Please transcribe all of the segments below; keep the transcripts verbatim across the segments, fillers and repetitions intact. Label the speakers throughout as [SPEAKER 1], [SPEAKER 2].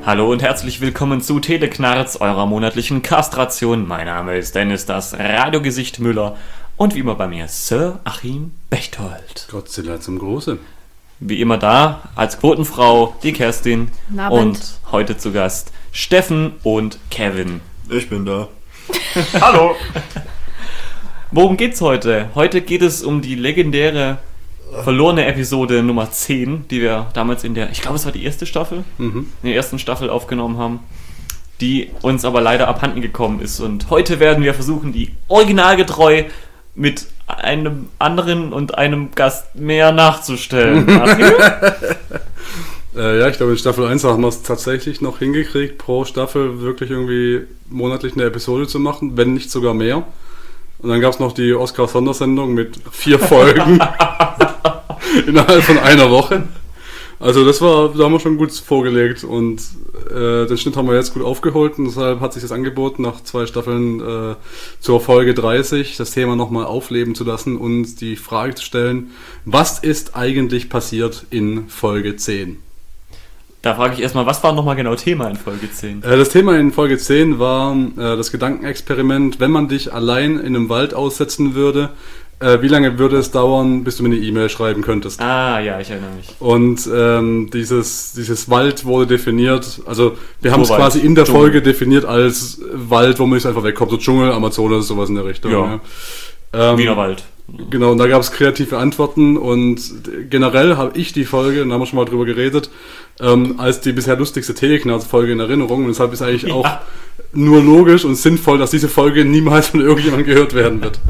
[SPEAKER 1] Hallo und herzlich willkommen zu Teleknarz, eurer monatlichen Kastration. Mein Name ist Dennis, das Radiogesicht Müller und wie immer bei mir Sir Achim Bechtold.
[SPEAKER 2] Godzilla zum Große.
[SPEAKER 1] Wie immer da, als Quotenfrau, die Kerstin und heute zu Gast Steffen und Kevin.
[SPEAKER 3] Ich bin da.
[SPEAKER 1] Hallo. Worum geht's heute? Heute geht es um die legendäre verlorene Episode Nummer zehn, die wir damals in der, ich glaube es war die erste Staffel, mhm. in der ersten Staffel aufgenommen haben, die uns aber leider abhanden gekommen ist. Und heute werden wir versuchen, die originalgetreu mit einem anderen und einem Gast mehr nachzustellen.
[SPEAKER 2] äh, ja, ich glaube in Staffel eins haben wir es tatsächlich noch hingekriegt, pro Staffel wirklich irgendwie monatlich eine Episode zu machen, wenn nicht sogar mehr. Und dann gab es noch die Oscar-Sondersendung mit vier Folgen innerhalb von einer Woche. Also das war, da haben wir schon gut vorgelegt und äh, den Schnitt haben wir jetzt gut aufgeholt und deshalb hat sich das angeboten, nach zwei Staffeln äh, zur Folge dreißig das Thema nochmal aufleben zu lassen und die Frage zu stellen, was ist eigentlich passiert in Folge zehn?
[SPEAKER 1] Da frage ich erstmal, was war nochmal genau Thema in Folge zehn?
[SPEAKER 2] Äh, das Thema in Folge zehn war äh, das Gedankenexperiment, wenn man dich allein in einem Wald aussetzen würde, äh, wie lange würde es dauern, bis du mir eine E-Mail schreiben könntest?
[SPEAKER 1] Ah, ja, ich erinnere mich.
[SPEAKER 2] Und ähm, dieses, dieses Wald wurde definiert, also wir haben es quasi in der Dschungel. Folge definiert als Wald, wo man nicht einfach wegkommt, so Dschungel, Amazonas, sowas in der Richtung.
[SPEAKER 1] Ja,
[SPEAKER 2] ja. Ähm,
[SPEAKER 1] Wiener Wald.
[SPEAKER 2] Genau, und da gab es kreative Antworten und generell habe ich die Folge, da haben wir schon mal drüber geredet, ähm, als die bisher lustigste Teleknarz-Folge in Erinnerung und deshalb ist eigentlich ja. auch nur logisch und sinnvoll, dass diese Folge niemals von irgendjemandem gehört werden wird.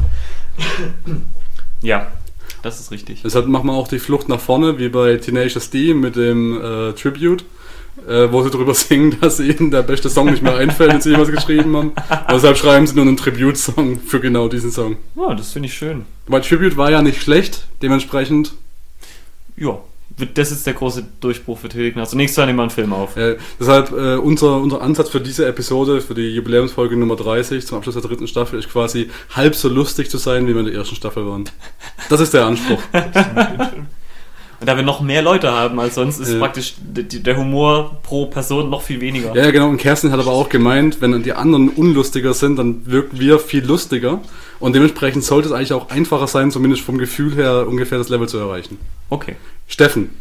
[SPEAKER 1] Ja, das ist richtig.
[SPEAKER 2] Deshalb machen wir auch die Flucht nach vorne, wie bei Tenacious D mit dem äh, Tribute, äh, wo sie drüber singen, dass ihnen der beste Song nicht mehr einfällt, den sie jemals geschrieben haben. Und deshalb schreiben sie nur einen Tribute-Song für genau diesen Song.
[SPEAKER 1] Ja, das finde ich schön.
[SPEAKER 2] Weil Tribute war ja nicht schlecht, dementsprechend.
[SPEAKER 1] Ja, das ist der große Durchbruch für Teleknarz. Zunächst nehmen wir einen Film auf.
[SPEAKER 2] Äh, deshalb äh, unser, unser Ansatz für diese Episode, für die Jubiläumsfolge Nummer dreißig zum Abschluss der dritten Staffel, ist quasi halb so lustig zu sein, wie wir in der ersten Staffel waren. Das ist der Anspruch.
[SPEAKER 1] Und da wir noch mehr Leute haben als sonst, ist ja. praktisch der Humor pro Person noch viel weniger.
[SPEAKER 2] Ja, genau. Und Kerstin hat aber auch gemeint, wenn die anderen unlustiger sind, dann wirken wir viel lustiger. Und dementsprechend sollte es eigentlich auch einfacher sein, zumindest vom Gefühl her ungefähr das Level zu erreichen.
[SPEAKER 1] Okay.
[SPEAKER 2] Steffen.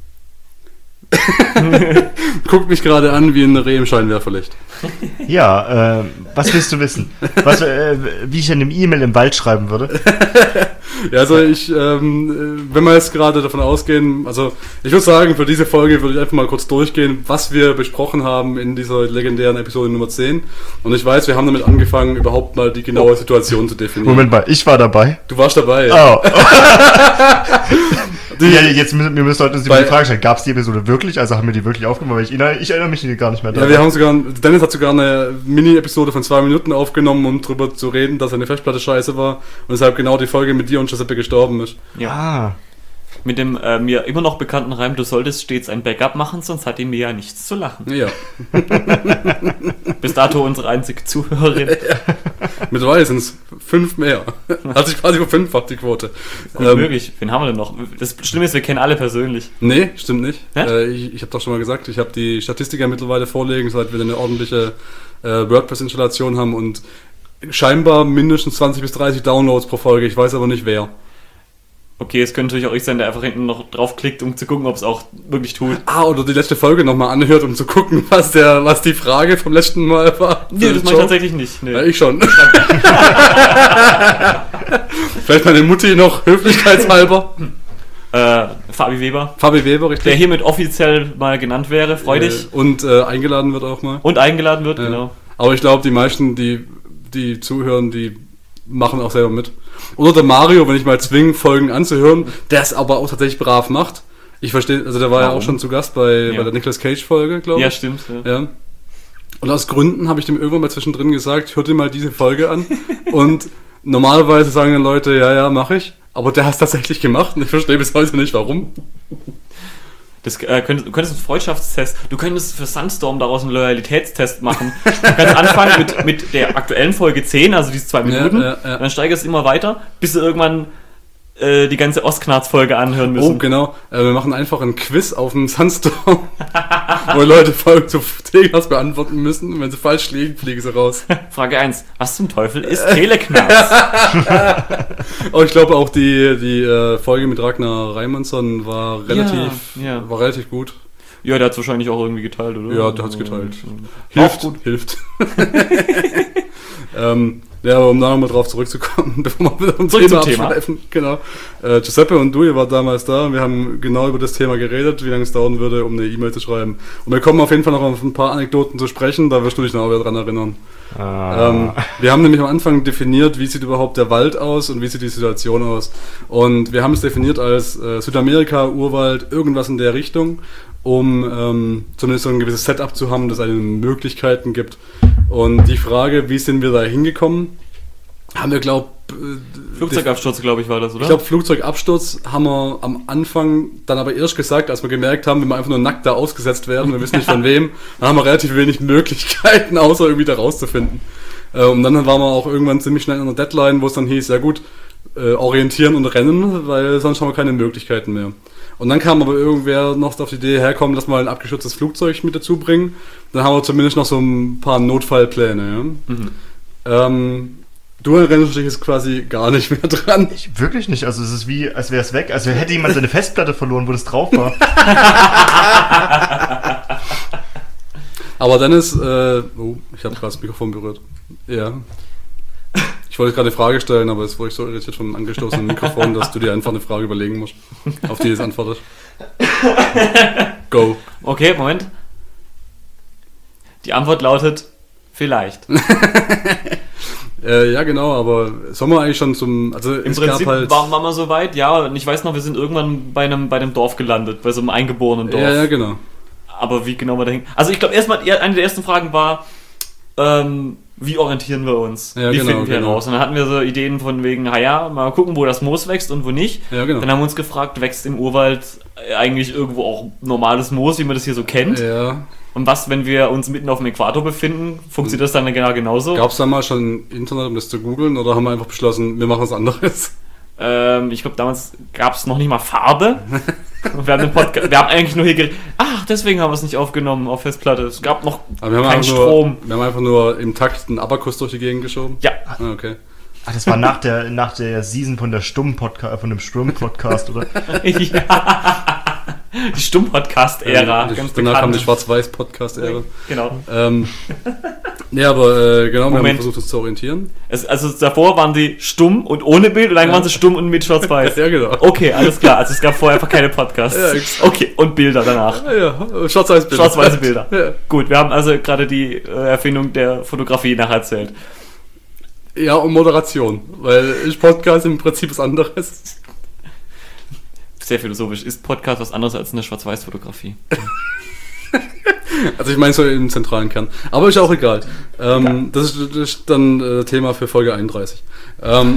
[SPEAKER 2] Guckt mich gerade an wie ein Reh im Scheinwerferlicht.
[SPEAKER 3] Ja, äh, was willst du wissen? Was, äh, wie ich in einem E-Mail im Wald schreiben würde?
[SPEAKER 2] Ja, also ich, ähm, wenn wir jetzt gerade davon ausgehen, also ich würde sagen, für diese Folge würde ich einfach mal kurz durchgehen, was wir besprochen haben in dieser legendären Episode Nummer zehn. Und ich weiß, wir haben damit angefangen, überhaupt mal die genaue Situation zu definieren.
[SPEAKER 3] Moment mal, ich war dabei.
[SPEAKER 2] Du warst dabei, ja.
[SPEAKER 3] Oh. Die, ja, jetzt müssen wir müssen heute die Frage stellen, gab es die Episode wirklich? Also haben wir die wirklich aufgenommen? Weil ich, ich erinnere mich gar nicht mehr daran.
[SPEAKER 2] Ja, wir haben sogar, Dennis hat sogar eine Mini-Episode von zwei Minuten aufgenommen, um drüber zu reden, dass eine Festplatte scheiße war und deshalb genau die Folge mit dir und Giuseppe gestorben ist.
[SPEAKER 1] Ja. Ah. Mit dem äh, mir immer noch bekannten Reim, du solltest stets ein Backup machen, sonst hat ihm mir ja nichts zu lachen.
[SPEAKER 2] Ja.
[SPEAKER 1] Bis dato unsere einzige Zuhörerin.
[SPEAKER 2] Ja. Mittlerweile sind es fünf mehr. Hat sich quasi verfünffacht die Quote.
[SPEAKER 1] Gut ähm, möglich. Wen haben wir denn noch? Das Schlimme ist, wir kennen alle persönlich.
[SPEAKER 2] Nee, stimmt nicht. Äh, ich ich habe doch schon mal gesagt, ich habe die Statistiker mittlerweile vorlegen, seit wir eine ordentliche äh, WordPress-Installation haben und scheinbar mindestens zwanzig bis dreißig Downloads pro Folge. Ich weiß aber nicht wer.
[SPEAKER 1] Okay, es könnte natürlich auch ich sein, der einfach hinten noch draufklickt, um zu gucken, ob es auch wirklich tut.
[SPEAKER 2] Ah, oder die letzte Folge nochmal anhört, um zu gucken, was der, was die Frage vom letzten Mal war.
[SPEAKER 1] Nee, das mache ich tatsächlich nicht. Nee.
[SPEAKER 2] Ja, ich schon. Vielleicht meine Mutti noch, höflichkeitshalber.
[SPEAKER 1] Äh, Fabi Weber.
[SPEAKER 2] Fabi Weber, richtig.
[SPEAKER 1] Der hiermit offiziell mal genannt wäre, freu dich.
[SPEAKER 2] Äh, und äh, eingeladen wird auch mal.
[SPEAKER 1] Und eingeladen wird,
[SPEAKER 2] ja.
[SPEAKER 1] Genau.
[SPEAKER 2] Aber ich glaube, die meisten, die, die zuhören, die machen auch selber mit. Oder der Mario, wenn ich mal zwinge, Folgen anzuhören, der es aber auch tatsächlich brav macht. Ich verstehe, also der war Warum? ja auch schon zu Gast bei, ja. bei der Nicolas Cage-Folge, glaube ich.
[SPEAKER 1] Ja, stimmt. Ja.
[SPEAKER 2] Ja. Und aus Gründen habe ich dem irgendwann mal zwischendrin gesagt, hör dir mal diese Folge an. Und normalerweise sagen dann Leute, ja, ja, mache ich. Aber der hat es tatsächlich gemacht und ich verstehe bis heute nicht, warum.
[SPEAKER 1] Das, äh, könntest, du könntest einen Freundschaftstest, du könntest für Sandstorm daraus einen Loyalitätstest machen. Du kannst anfangen mit, mit der aktuellen Folge zehn, also diese zwei Minuten, ja, ja, ja. Und dann steigerst du immer weiter, bis du irgendwann äh, die ganze Ostknarz-Folge anhören müssen.
[SPEAKER 2] Oh, genau. Äh, wir machen einfach ein Quiz auf dem Sandstorm. wo Leute Fragen zu Telegnaz beantworten müssen und wenn sie falsch liegen, fliegen sie raus.
[SPEAKER 1] Frage eins. Was zum Teufel ist Telegnaz?
[SPEAKER 2] Aber ich glaube auch die, die äh, Folge mit Ragnar Reimundsson war relativ,
[SPEAKER 1] Ja, ja.
[SPEAKER 2] war relativ gut.
[SPEAKER 1] Ja, der hat es wahrscheinlich auch irgendwie geteilt, oder?
[SPEAKER 2] Ja, der hat es geteilt.
[SPEAKER 1] Hilft.
[SPEAKER 2] Hilft. Hilft. ähm, ja, aber um da nochmal drauf zurückzukommen, bevor wir wieder zum
[SPEAKER 1] Zurück
[SPEAKER 2] Thema
[SPEAKER 1] zum Thema.
[SPEAKER 2] abschweifen. Genau. Äh, Giuseppe und du, ihr wart damals da und wir haben genau über das Thema geredet, wie lange es dauern würde, um eine E-Mail zu schreiben. Und wir kommen auf jeden Fall noch auf ein paar Anekdoten zu sprechen, da wirst du dich noch wieder dran erinnern.
[SPEAKER 3] Ah.
[SPEAKER 2] Ähm, wir haben nämlich am Anfang definiert, wie sieht überhaupt der Wald aus und wie sieht die Situation aus. Und wir haben es definiert als äh, Südamerika, Urwald, irgendwas in der Richtung, um ähm, zumindest so ein gewisses Setup zu haben, das einem Möglichkeiten gibt. Und die Frage, wie sind wir da hingekommen, haben wir, glaube äh,
[SPEAKER 1] Flugzeugabsturz, glaube ich, war das, oder?
[SPEAKER 2] ich glaube, Flugzeugabsturz haben wir am Anfang dann aber erst gesagt, als wir gemerkt haben, wenn wir einfach nur nackt da ausgesetzt werden, wir wissen nicht von wem, dann haben wir relativ wenig Möglichkeiten, außer irgendwie da rauszufinden. Äh, und dann waren wir auch irgendwann ziemlich schnell in der Deadline, wo es dann hieß, ja gut, äh, orientieren und rennen, weil sonst haben wir keine Möglichkeiten mehr. Und dann kam aber irgendwer noch auf die Idee, herkommen, dass wir ein abgeschütztes Flugzeug mit dazu bringen. Dann haben wir zumindest noch so ein paar Notfallpläne. Ja? Mhm. Ähm, du erinnerst dich jetzt quasi gar nicht mehr dran.
[SPEAKER 3] Ich, wirklich nicht. Also es ist wie, als wäre es weg. Also hätte jemand seine Festplatte verloren, wo das drauf war.
[SPEAKER 2] Aber Dennis, äh, oh, ich habe gerade das Mikrofon berührt. Ja. Ich wollte gerade eine Frage stellen, aber jetzt wurde ich so irritiert vom angestoßenen Mikrofon, dass du dir einfach eine Frage überlegen musst, auf die es antwortet. Go.
[SPEAKER 1] Okay, Moment. Die Antwort lautet, vielleicht.
[SPEAKER 2] äh, ja, genau, aber sollen wir eigentlich schon zum... Also
[SPEAKER 1] Im
[SPEAKER 2] es
[SPEAKER 1] Prinzip
[SPEAKER 2] gab halt,
[SPEAKER 1] waren, waren wir so weit, ja, und ich weiß noch, wir sind irgendwann bei einem, bei einem Dorf gelandet, bei so einem eingeborenen Dorf.
[SPEAKER 2] Ja, ja, genau.
[SPEAKER 1] Aber wie genau wir dahin... Also ich glaube, erstmal, eine der ersten Fragen war, ähm, wie orientieren wir uns?
[SPEAKER 2] Ja,
[SPEAKER 1] wie
[SPEAKER 2] genau,
[SPEAKER 1] finden wir
[SPEAKER 2] genau.
[SPEAKER 1] heraus? Und dann hatten wir so Ideen von wegen, naja, mal gucken, wo das Moos wächst und wo nicht.
[SPEAKER 2] Ja, genau.
[SPEAKER 1] Dann haben wir uns gefragt, wächst im Urwald eigentlich irgendwo auch normales Moos, wie man das hier so kennt?
[SPEAKER 2] Ja.
[SPEAKER 1] Und was, wenn wir uns mitten auf dem Äquator befinden, funktioniert das dann genau genauso?
[SPEAKER 2] Gab es da mal schon Internet, um das zu googeln, oder haben wir einfach beschlossen, wir machen was anderes?
[SPEAKER 1] Ähm, ich glaube, damals gab es noch nicht mal Farbe. Und wir haben, den Podcast, wir haben eigentlich nur hier geredet. Ach, deswegen haben wir es nicht aufgenommen auf Festplatte. Es gab noch
[SPEAKER 2] Aber wir haben
[SPEAKER 1] keinen
[SPEAKER 2] einfach
[SPEAKER 1] Strom.
[SPEAKER 2] Nur, wir haben einfach nur im Takt einen Abakus durch die Gegend geschoben?
[SPEAKER 1] Ja.
[SPEAKER 2] Ah, okay.
[SPEAKER 3] Ach, das war nach der, nach der Season von der Stumm-Podcast, von dem Stumm-Podcast, oder?
[SPEAKER 1] Ja. Die Stumm-Podcast-Ära.
[SPEAKER 2] Ja,
[SPEAKER 1] ganz
[SPEAKER 2] danach kam die
[SPEAKER 1] bekannt.
[SPEAKER 2] Schwarz-Weiß-Podcast-Ära.
[SPEAKER 1] Genau.
[SPEAKER 2] Ähm, nee, aber äh, genau, wir haben
[SPEAKER 1] Moment.
[SPEAKER 2] versucht, uns zu orientieren.
[SPEAKER 1] Es, also davor waren die stumm und ohne Bild und dann waren sie stumm und mit Schwarz-Weiß.
[SPEAKER 2] Ja, genau.
[SPEAKER 1] Okay, alles klar. Also es gab vorher einfach keine Podcasts.
[SPEAKER 2] Ja, exakt.
[SPEAKER 1] Okay, und Bilder danach.
[SPEAKER 2] Ja, ja, Schwarz-Weiß-Bilder.
[SPEAKER 1] Schwarz-weiße Bilder.
[SPEAKER 2] Ja.
[SPEAKER 1] Gut, wir haben also gerade die äh, Erfindung der Fotografie nacherzählt.
[SPEAKER 2] Ja, und Moderation, weil ich Podcast im Prinzip was anderes.
[SPEAKER 1] Sehr philosophisch. Ist Podcast was anderes als eine Schwarz-Weiß-Fotografie?
[SPEAKER 2] Also ich meine so im zentralen Kern. Aber ist auch egal. Ähm, das, ist, das ist dann äh, Thema für Folge einunddreißig. Ähm,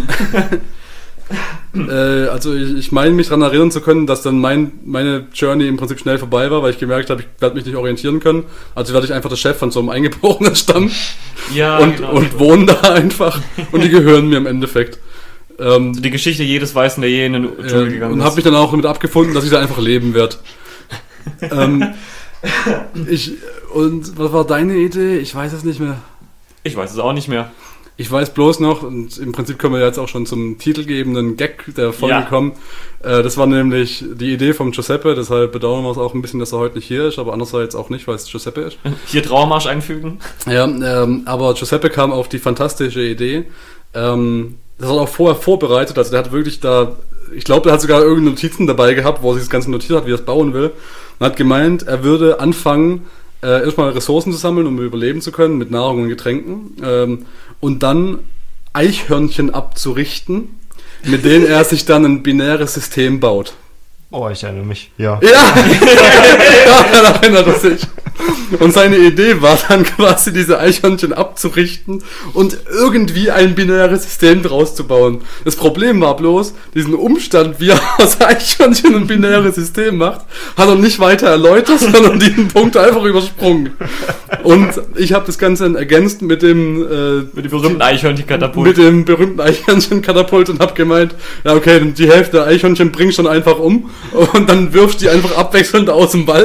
[SPEAKER 2] äh, also ich, ich meine mich daran erinnern zu können, dass dann mein, meine Journey im Prinzip schnell vorbei war, weil ich gemerkt habe, ich werde mich nicht orientieren können. Also werde ich einfach der Chef von so einem eingeborenen Stamm
[SPEAKER 1] Ja,
[SPEAKER 2] und,
[SPEAKER 1] genau.
[SPEAKER 2] und wohne da einfach. Und die gehören mir im Endeffekt. Ähm,
[SPEAKER 1] Die Geschichte jedes Weißen, der je in den Dschungel
[SPEAKER 2] äh,
[SPEAKER 1] gegangen
[SPEAKER 2] und
[SPEAKER 1] ist.
[SPEAKER 2] habe mich dann auch damit abgefunden, dass ich da einfach leben werde. ähm, ich, und was war deine Idee? Ich weiß es nicht mehr.
[SPEAKER 1] Ich weiß es auch nicht mehr.
[SPEAKER 2] Ich weiß bloß noch, und im Prinzip können wir jetzt auch schon zum titelgebenden Gag der Folge
[SPEAKER 1] Ja.
[SPEAKER 2] kommen. Äh, das war nämlich die Idee vom Giuseppe, deshalb bedauern wir es auch ein bisschen, dass er heute nicht hier ist, aber andererseits auch nicht, weil es Giuseppe ist.
[SPEAKER 1] Hier Trauermarsch einfügen.
[SPEAKER 2] Ja, ähm, aber Giuseppe kam auf die fantastische Idee. Ähm, das hat er auch vorher vorbereitet, also der hat wirklich da, ich glaube, der hat sogar irgendeine Notizen dabei gehabt, wo er sich das Ganze notiert hat, wie er es bauen will. Und hat gemeint, er würde anfangen, äh, erstmal Ressourcen zu sammeln, um überleben zu können, mit Nahrung und Getränken. Ähm, und dann Eichhörnchen abzurichten, mit denen er sich dann ein binäres System baut.
[SPEAKER 3] Oh, ich erinnere mich. Ja.
[SPEAKER 2] Ja, daran erinnert er sich. Und seine Idee war dann quasi, diese Eichhörnchen abzurichten und irgendwie ein binäres System draus zu bauen. Das Problem war bloß, diesen Umstand, wie er aus Eichhörnchen ein binäres System macht, hat er nicht weiter erläutert, sondern diesen Punkt einfach übersprungen. Und ich habe das Ganze dann ergänzt mit dem äh,
[SPEAKER 1] Mit dem berühmten Eichhörnchen-Katapult.
[SPEAKER 2] mit dem berühmten Eichhörnchen-Katapult und hab gemeint, ja okay, die Hälfte der Eichhörnchen bringst schon einfach um und dann wirfst die einfach abwechselnd aus dem Wald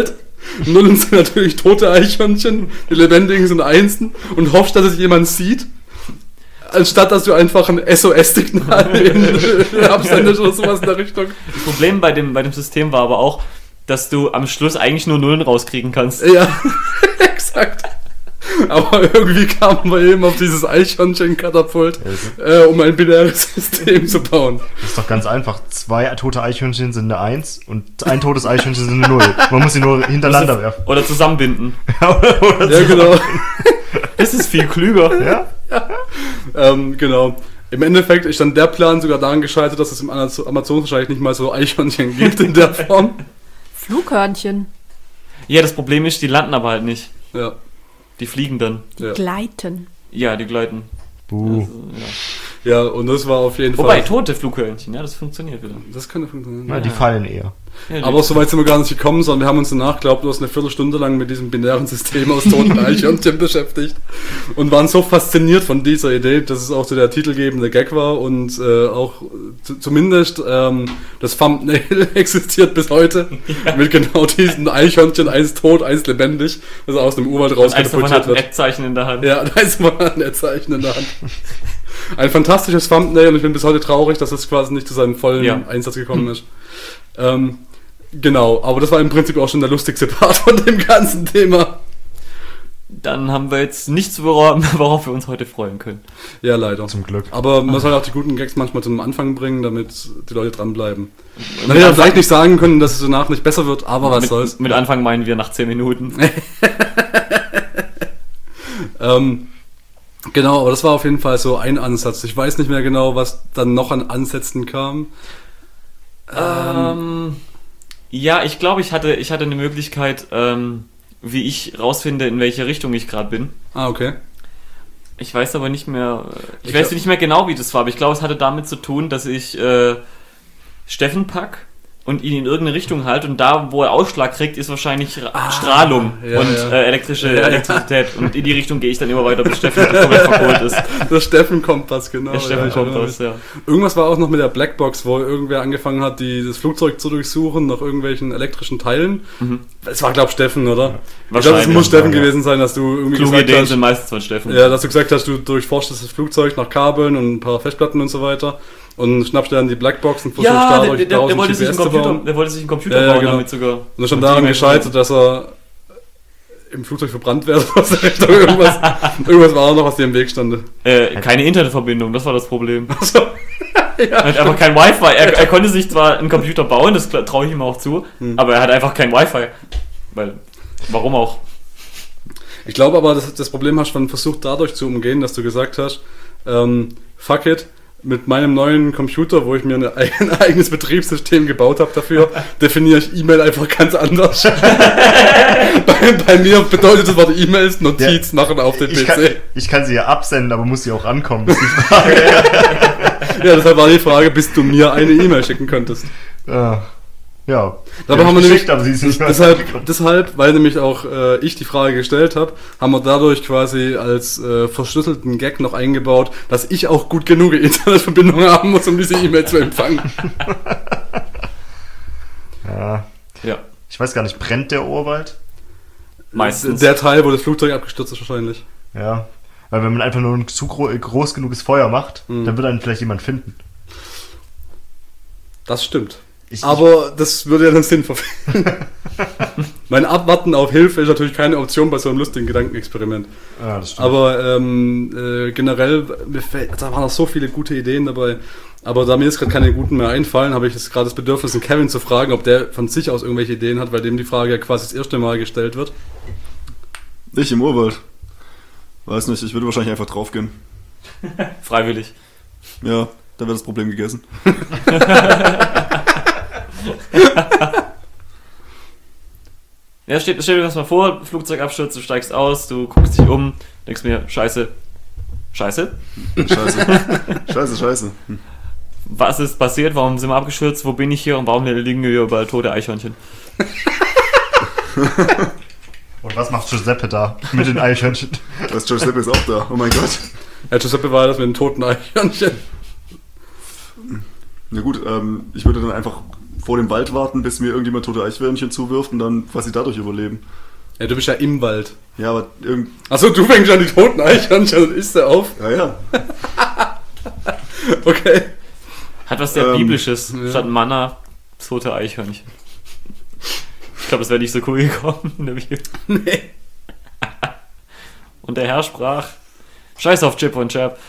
[SPEAKER 2] Nullen sind natürlich tote Eichhörnchen, die lebendigen sind Einsen und hoffst, dass es jemand sieht. Anstatt dass du einfach ein S O S-Signal absendest oder sowas in der Richtung.
[SPEAKER 1] Das Problem bei dem, bei dem System war aber auch, dass du am Schluss eigentlich nur Nullen rauskriegen kannst.
[SPEAKER 2] Ja, exakt. Aber irgendwie kamen wir eben auf dieses Eichhörnchen-Katapult, äh, um ein binäres System zu bauen.
[SPEAKER 3] Das ist doch ganz einfach. Zwei tote Eichhörnchen sind eine Eins und ein totes Eichhörnchen sind eine Null. Man muss sie nur hintereinander werfen.
[SPEAKER 1] Oder zusammenbinden.
[SPEAKER 3] oder, oder
[SPEAKER 2] Ja, genau.
[SPEAKER 1] Das ist viel klüger.
[SPEAKER 3] Ja?
[SPEAKER 2] Ja. Ähm, genau. Im Endeffekt ist dann der Plan sogar daran gescheitert, dass es im Amazon wahrscheinlich nicht mal so Eichhörnchen gibt in der Form.
[SPEAKER 4] Flughörnchen.
[SPEAKER 1] Ja, das Problem ist, die landen aber halt nicht.
[SPEAKER 2] Ja.
[SPEAKER 1] Die fliegen dann.
[SPEAKER 4] Die
[SPEAKER 2] Ja.
[SPEAKER 4] gleiten.
[SPEAKER 1] Ja, die gleiten.
[SPEAKER 3] Uh.
[SPEAKER 1] Also, ja.
[SPEAKER 2] Ja, und das war auf jeden
[SPEAKER 1] Wobei,
[SPEAKER 2] Fall...
[SPEAKER 1] tote Flughörnchen, ja, das funktioniert wieder.
[SPEAKER 2] Das könnte funktionieren.
[SPEAKER 3] Na, die fallen eher.
[SPEAKER 1] Ja,
[SPEAKER 2] Aber so weit sind wir gar nicht gekommen, sondern wir haben uns danach, glaube ich, bloß eine Viertelstunde lang mit diesem binären System aus toten Eichhörnchen beschäftigt und waren so fasziniert von dieser Idee, dass es auch so der titelgebende Gag war und äh, auch z- zumindest ähm, das Thumbnail existiert bis heute ja. mit genau diesen Eichhörnchen, eins tot, eins lebendig, das aus dem Urwald
[SPEAKER 1] eins davon hat
[SPEAKER 2] rauskatapultiert
[SPEAKER 1] ein
[SPEAKER 2] wird.
[SPEAKER 1] Ad-Zeichen in der Hand.
[SPEAKER 2] Ja, da ist mal ein Ad-Zeichen in der Hand. Ein fantastisches Thumbnail und ich bin bis heute traurig, dass es quasi nicht zu seinem vollen
[SPEAKER 1] Ja.
[SPEAKER 2] Einsatz gekommen ist. Ähm, genau, aber das war im Prinzip auch schon der lustigste Part von dem ganzen Thema.
[SPEAKER 1] Dann haben wir jetzt nichts, worauf, worauf wir uns heute freuen können.
[SPEAKER 2] Ja, leider.
[SPEAKER 3] Zum Glück.
[SPEAKER 2] Aber man soll auch die guten Gags manchmal zum Anfang bringen, damit die Leute dranbleiben. Man hätte vielleicht nicht sagen können, dass es danach nicht besser wird, aber was
[SPEAKER 1] mit,
[SPEAKER 2] soll's.
[SPEAKER 1] Mit Anfang meinen wir nach zehn Minuten.
[SPEAKER 2] ähm, genau, aber das war auf jeden Fall so ein Ansatz. Ich weiß nicht mehr genau, was dann noch an Ansätzen kam.
[SPEAKER 1] Ähm, ja, ich glaube, ich hatte, ich hatte eine Möglichkeit, ähm, wie ich rausfinde, in welche Richtung ich gerade bin.
[SPEAKER 2] Ah, okay.
[SPEAKER 1] Ich weiß aber nicht mehr, ich,
[SPEAKER 2] Ich
[SPEAKER 1] weiß
[SPEAKER 2] glaub-
[SPEAKER 1] nicht mehr genau, wie das war, aber ich glaube, es hatte damit zu tun, dass ich äh, Steffen pack und ihn in irgendeine Richtung halte und da, wo er Ausschlag kriegt, ist wahrscheinlich Ra-
[SPEAKER 2] Ah,
[SPEAKER 1] Strahlung
[SPEAKER 2] ja,
[SPEAKER 1] und
[SPEAKER 2] ja.
[SPEAKER 1] Äh, elektrische
[SPEAKER 2] Ja, ja.
[SPEAKER 1] Elektrizität und in die Richtung gehe ich dann immer weiter, bis Steffen komplett verkohlt ist.
[SPEAKER 2] Der Steffen-Kompass, genau.
[SPEAKER 1] Der Steffen
[SPEAKER 2] ja,
[SPEAKER 1] kommt
[SPEAKER 2] ja.
[SPEAKER 1] aus, ja.
[SPEAKER 2] Irgendwas war auch noch mit der Blackbox, wo irgendwer angefangen hat, die, das Flugzeug zu durchsuchen nach irgendwelchen elektrischen Teilen.
[SPEAKER 1] Mhm.
[SPEAKER 2] Es war, glaube ich, Steffen, oder? Ich glaube, es
[SPEAKER 1] Wahrscheinlich,
[SPEAKER 2] muss Steffen
[SPEAKER 3] ja.
[SPEAKER 2] gewesen sein, dass du irgendwie
[SPEAKER 1] Kluge
[SPEAKER 2] gesagt
[SPEAKER 1] Ideen
[SPEAKER 2] hast,
[SPEAKER 1] sind meistens von Steffen.
[SPEAKER 2] ja, dass du gesagt hast, du durchforschst das Flugzeug nach Kabeln und ein paar Festplatten und so weiter und schnappst dir dann die Blackbox und versuchst
[SPEAKER 1] Ja,
[SPEAKER 2] dadurch
[SPEAKER 1] der, der,
[SPEAKER 2] daraus
[SPEAKER 1] der,
[SPEAKER 2] ein
[SPEAKER 1] wollte sich
[SPEAKER 2] G
[SPEAKER 1] einen
[SPEAKER 2] P S zu
[SPEAKER 1] Computer,
[SPEAKER 2] bauen.
[SPEAKER 1] der wollte sich einen Computer
[SPEAKER 2] Ja, ja,
[SPEAKER 1] bauen,
[SPEAKER 2] genau.
[SPEAKER 1] damit sogar.
[SPEAKER 2] Und ist schon daran gescheitert, dass er im Flugzeug verbrannt wird. Aus der Richtung. Irgendwas, irgendwas war auch noch, was dir im Weg stand.
[SPEAKER 1] Äh, keine Internetverbindung, das war das Problem.
[SPEAKER 2] Also,
[SPEAKER 1] Er hat einfach kein Wi-Fi. Er, er konnte sich zwar einen Computer bauen, das traue ich ihm auch zu,
[SPEAKER 2] Hm.
[SPEAKER 1] aber er hat einfach kein Wi-Fi. Weil, warum auch?
[SPEAKER 2] ich glaube aber, dass das Problem hast du dann versucht dadurch zu umgehen, dass du gesagt hast, ähm, fuck it, mit meinem neuen Computer, wo ich mir eine, ein eigenes Betriebssystem gebaut habe dafür, definiere ich E-Mail einfach ganz anders. bei, bei mir bedeutet das Wort E-Mails Notiz
[SPEAKER 3] Ja.
[SPEAKER 2] machen auf den
[SPEAKER 3] Ich
[SPEAKER 2] P
[SPEAKER 3] kann,
[SPEAKER 2] C.
[SPEAKER 3] ich kann sie ja absenden, aber muss sie auch ankommen. Das ist die Frage.
[SPEAKER 2] Ja, deshalb war die Frage, bis du mir eine E-Mail schicken könntest.
[SPEAKER 3] ja. Ja.
[SPEAKER 2] Dabei
[SPEAKER 3] Die
[SPEAKER 2] haben wir
[SPEAKER 3] geschickt,
[SPEAKER 2] nämlich,
[SPEAKER 3] aber sie ist nicht
[SPEAKER 2] deshalb, deshalb, weil nämlich auch äh, ich die Frage gestellt habe, haben wir dadurch quasi als äh, verschlüsselten Gag noch eingebaut, dass ich auch gut genug Internetverbindung haben muss, um diese E-Mail zu empfangen.
[SPEAKER 3] Ja.
[SPEAKER 1] Ja,
[SPEAKER 3] Ich weiß gar nicht, brennt der Urwald?
[SPEAKER 1] meistens.
[SPEAKER 2] Der Teil, wo das Flugzeug abgestürzt ist wahrscheinlich.
[SPEAKER 3] Ja. Weil wenn man einfach nur ein zu gro groß genuges Feuer macht,
[SPEAKER 2] Mhm.
[SPEAKER 3] dann wird einen vielleicht jemand finden.
[SPEAKER 2] Das stimmt.
[SPEAKER 3] Ich,
[SPEAKER 2] Aber das würde ja den Sinn verfehlen. Mein Abwarten auf Hilfe ist natürlich keine Option bei so einem lustigen Gedankenexperiment.
[SPEAKER 3] ich, ja, das stimmt.
[SPEAKER 2] Aber ähm, äh, generell, mir fällt, da waren noch so viele gute Ideen dabei. Aber da mir jetzt gerade keine guten mehr einfallen, habe ich jetzt gerade das Bedürfnis, den Kevin zu fragen, ob der von sich aus irgendwelche Ideen hat, weil dem die Frage ja quasi das erste Mal gestellt wird.
[SPEAKER 5] Ich im Urwald. Weiß nicht, ich würde wahrscheinlich einfach draufgehen.
[SPEAKER 1] Freiwillig.
[SPEAKER 5] Ja, dann wäre das Problem gegessen.
[SPEAKER 1] Ja, stell, stell dir das mal vor, Flugzeugabsturz, du steigst aus, du guckst dich um, denkst mir, scheiße, scheiße,
[SPEAKER 5] Scheiße. scheiße, scheiße. Hm.
[SPEAKER 1] was ist passiert, warum sind wir abgestürzt, wo bin ich hier und warum liegen hier überall tote Eichhörnchen?
[SPEAKER 3] Und was macht Giuseppe da mit den Eichhörnchen?
[SPEAKER 5] Das Giuseppe ist auch da. Oh mein Gott.
[SPEAKER 2] Ja, Giuseppe war das mit den toten Eichhörnchen.
[SPEAKER 5] Na gut, ähm, ich würde dann einfach vor dem Wald warten, bis mir irgendjemand tote Eichhörnchen zuwirft und dann quasi dadurch überleben.
[SPEAKER 2] Ja, du bist ja im Wald.
[SPEAKER 5] Ja, aber irgend...
[SPEAKER 2] Achso, du fängst an die toten Eichhörnchen und isst er auf?
[SPEAKER 5] Ja, ja.
[SPEAKER 2] Okay.
[SPEAKER 1] Hat was sehr
[SPEAKER 5] Ähm,
[SPEAKER 1] Biblisches.
[SPEAKER 2] ja.
[SPEAKER 1] Statt Manna, tote Eichhörnchen. Ich glaube, das wäre nicht so cool gekommen in der Bibel.
[SPEAKER 2] Nee.
[SPEAKER 1] Und der Herr sprach: Scheiß auf Chip und Chap.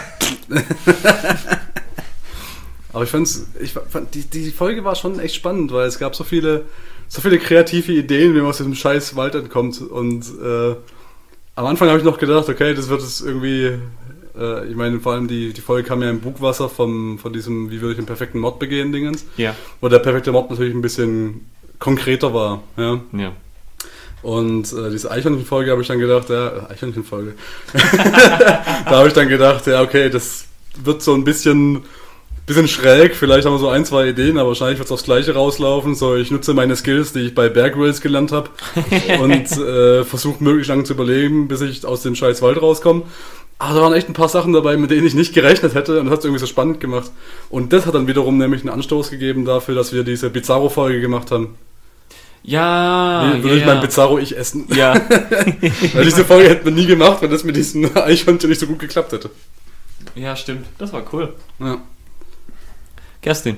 [SPEAKER 2] Aber ich fand's, ich fand, die, die Folge war schon echt spannend, weil es gab so viele, so viele kreative Ideen, wie man aus diesem scheiß Wald entkommt. Und äh, am Anfang habe ich noch gedacht, okay, das wird es irgendwie, äh, ich meine, vor allem die, die Folge kam ja im Bugwasser vom, von diesem, wie würde ich den perfekten Mord begehen, Dingens.
[SPEAKER 1] Ja.
[SPEAKER 2] Wo der perfekte Mord natürlich ein bisschen konkreter war, ja.
[SPEAKER 1] Ja.
[SPEAKER 2] Und äh, diese Eichhörnchen-Folge habe ich dann gedacht, ja, Eichhörnchen-Folge. Da habe ich dann gedacht, ja, okay, das wird so ein bisschen, bisschen schräg. Vielleicht haben wir so ein, zwei Ideen, aber wahrscheinlich wird es aufs Gleiche rauslaufen. So, ich nutze meine Skills, die ich bei Bear Grylls gelernt habe und äh, versuche möglichst lange zu überleben, bis ich aus dem scheiß Wald rauskomme. Aber da waren echt ein paar Sachen dabei, mit denen ich nicht gerechnet hätte und das hat es irgendwie so spannend gemacht. Und das hat dann wiederum nämlich einen Anstoß gegeben dafür, dass wir diese Bizarro-Folge gemacht haben.
[SPEAKER 1] Ja,
[SPEAKER 2] Wie würde
[SPEAKER 1] ja,
[SPEAKER 2] ich mein
[SPEAKER 1] ja.
[SPEAKER 2] Bizarro-Ich essen?
[SPEAKER 1] Ja.
[SPEAKER 2] Weil diese Folge hätten wir nie gemacht, wenn das mit diesen Eichhörnchen nicht so gut geklappt hätte.
[SPEAKER 1] Ja, stimmt. Das war cool.
[SPEAKER 2] Ja.
[SPEAKER 1] Kerstin.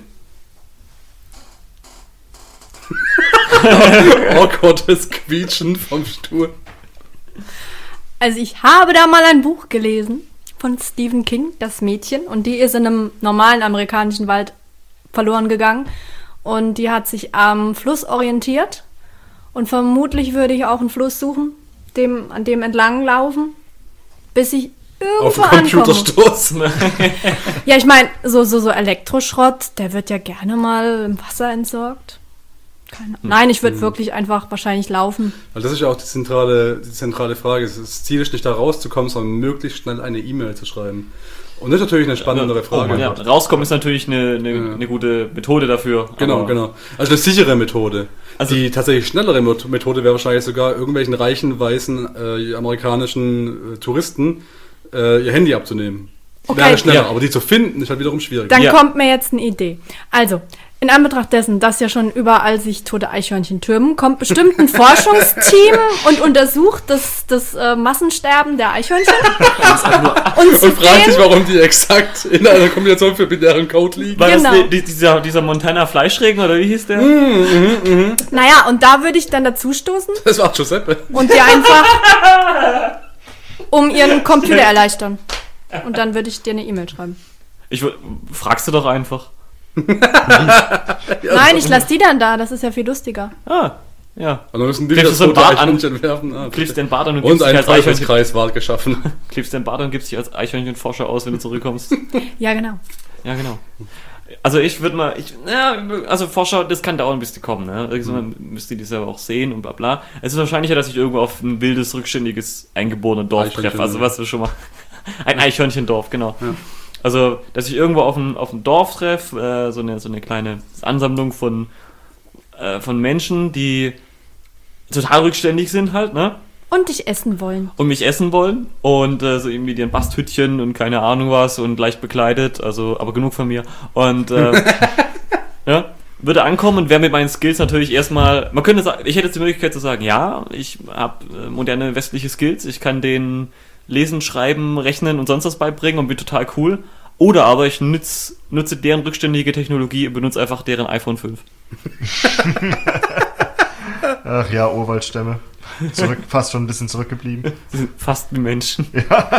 [SPEAKER 2] Awkwardes Quietschen vom Stuhl.
[SPEAKER 4] Also ich habe da mal ein Buch gelesen von Stephen King, Das Mädchen, und die ist in einem normalen amerikanischen Wald verloren gegangen und die hat sich am Fluss orientiert und vermutlich würde ich auch einen Fluss suchen, dem, an dem entlang laufen, bis ich
[SPEAKER 2] Auf
[SPEAKER 4] irgendwo
[SPEAKER 2] den
[SPEAKER 4] ankomme.
[SPEAKER 2] Computerstoß.
[SPEAKER 4] Ja, ich meine, so, so, so Elektroschrott, der wird ja gerne mal im Wasser entsorgt. Keine Ahnung. Nein, ich würde wirklich einfach wahrscheinlich laufen.
[SPEAKER 2] Weil das ist ja auch die zentrale, die zentrale Frage. Das Ziel ist nicht da rauszukommen, sondern möglichst schnell eine E-Mail zu schreiben. Und das ist natürlich eine spannendere Frage.
[SPEAKER 1] Oh, ja, rauskommen ist natürlich eine, eine,
[SPEAKER 2] Ja.
[SPEAKER 1] eine gute Methode dafür.
[SPEAKER 2] Genau,
[SPEAKER 1] aber-
[SPEAKER 2] genau. Also eine sichere Methode.
[SPEAKER 1] Also-
[SPEAKER 2] die tatsächlich schnellere Mot- Methode wäre wahrscheinlich sogar irgendwelchen reichen, weißen, äh, amerikanischen äh, Touristen äh, ihr Handy abzunehmen.
[SPEAKER 4] Okay.
[SPEAKER 2] Wäre schneller,
[SPEAKER 1] Ja.
[SPEAKER 2] aber die zu finden ist halt wiederum schwierig.
[SPEAKER 4] Dann
[SPEAKER 1] Ja.
[SPEAKER 4] kommt mir jetzt eine Idee. Also, in Anbetracht dessen, dass ja schon überall sich tote Eichhörnchen türmen, kommt bestimmt ein Forschungsteam und untersucht das, das äh, Massensterben der Eichhörnchen. und sie
[SPEAKER 2] Und fragt sich,
[SPEAKER 4] gehen,
[SPEAKER 2] warum die exakt in einer Kombination für binären Code liegen.
[SPEAKER 1] War
[SPEAKER 4] Genau.
[SPEAKER 1] das die, die, dieser, dieser Montana Fleischregen oder wie hieß der?
[SPEAKER 4] naja, und da würde ich dann dazu stoßen
[SPEAKER 2] Das war Giuseppe.
[SPEAKER 4] und dir einfach um ihren Computer erleichtern. Und dann würde ich dir eine E-Mail schreiben.
[SPEAKER 1] Ich wür- fragst du doch einfach.
[SPEAKER 4] Nein, ich lasse die dann da, das ist ja viel lustiger.
[SPEAKER 1] Ah, ja.
[SPEAKER 2] Und dann müssen die
[SPEAKER 1] Klebst
[SPEAKER 2] das
[SPEAKER 1] du so ein
[SPEAKER 2] tote
[SPEAKER 1] Bart an?
[SPEAKER 2] Eichhörnchen werfen. Ah,
[SPEAKER 1] Klebst den Bart an und
[SPEAKER 2] und
[SPEAKER 1] gibst dich
[SPEAKER 2] ein
[SPEAKER 1] als Eichhörnchen,
[SPEAKER 2] Teufelskreis war geschaffen.
[SPEAKER 1] klebst den Bart und gibst dich als Eichhörnchenforscher aus, wenn du zurückkommst.
[SPEAKER 4] Ja, genau.
[SPEAKER 1] Ja, genau. Also ich würde mal, ich, ja, also Forscher, das kann dauern, bis die kommen, ne? Irgendwann müsst ihr das ja auch sehen und bla bla. Es ist wahrscheinlicher, dass ich irgendwo auf ein wildes, rückständiges, eingeborenes Dorf
[SPEAKER 2] Eichhörnchen,
[SPEAKER 1] treffe. Also
[SPEAKER 2] ja.
[SPEAKER 1] was wir schon mal, ein Eichhörnchendorf, genau.
[SPEAKER 2] Ja.
[SPEAKER 1] Also, dass ich irgendwo auf ein, auf ein Dorf treffe, äh, so, eine, so eine kleine Ansammlung von, äh, von Menschen, die total rückständig sind halt, ne?
[SPEAKER 4] Und dich essen wollen.
[SPEAKER 1] Und mich essen wollen und äh, so irgendwie ihren Basthütchen und keine Ahnung was und leicht bekleidet, also aber genug von mir. Und äh, ja, würde ankommen und wäre mit meinen Skills natürlich erstmal, man könnte sagen, ich hätte jetzt die Möglichkeit zu sagen, ja, ich habe äh, moderne westliche Skills, ich kann denen lesen, schreiben, rechnen und sonst was beibringen und bin total cool. Oder aber ich nütz, nutze deren rückständige Technologie und benutze einfach deren iPhone fünf.
[SPEAKER 3] Ach ja, Urwaldstämme. Zurück, fast schon ein bisschen zurückgeblieben.
[SPEAKER 1] Die sind fast wie Menschen.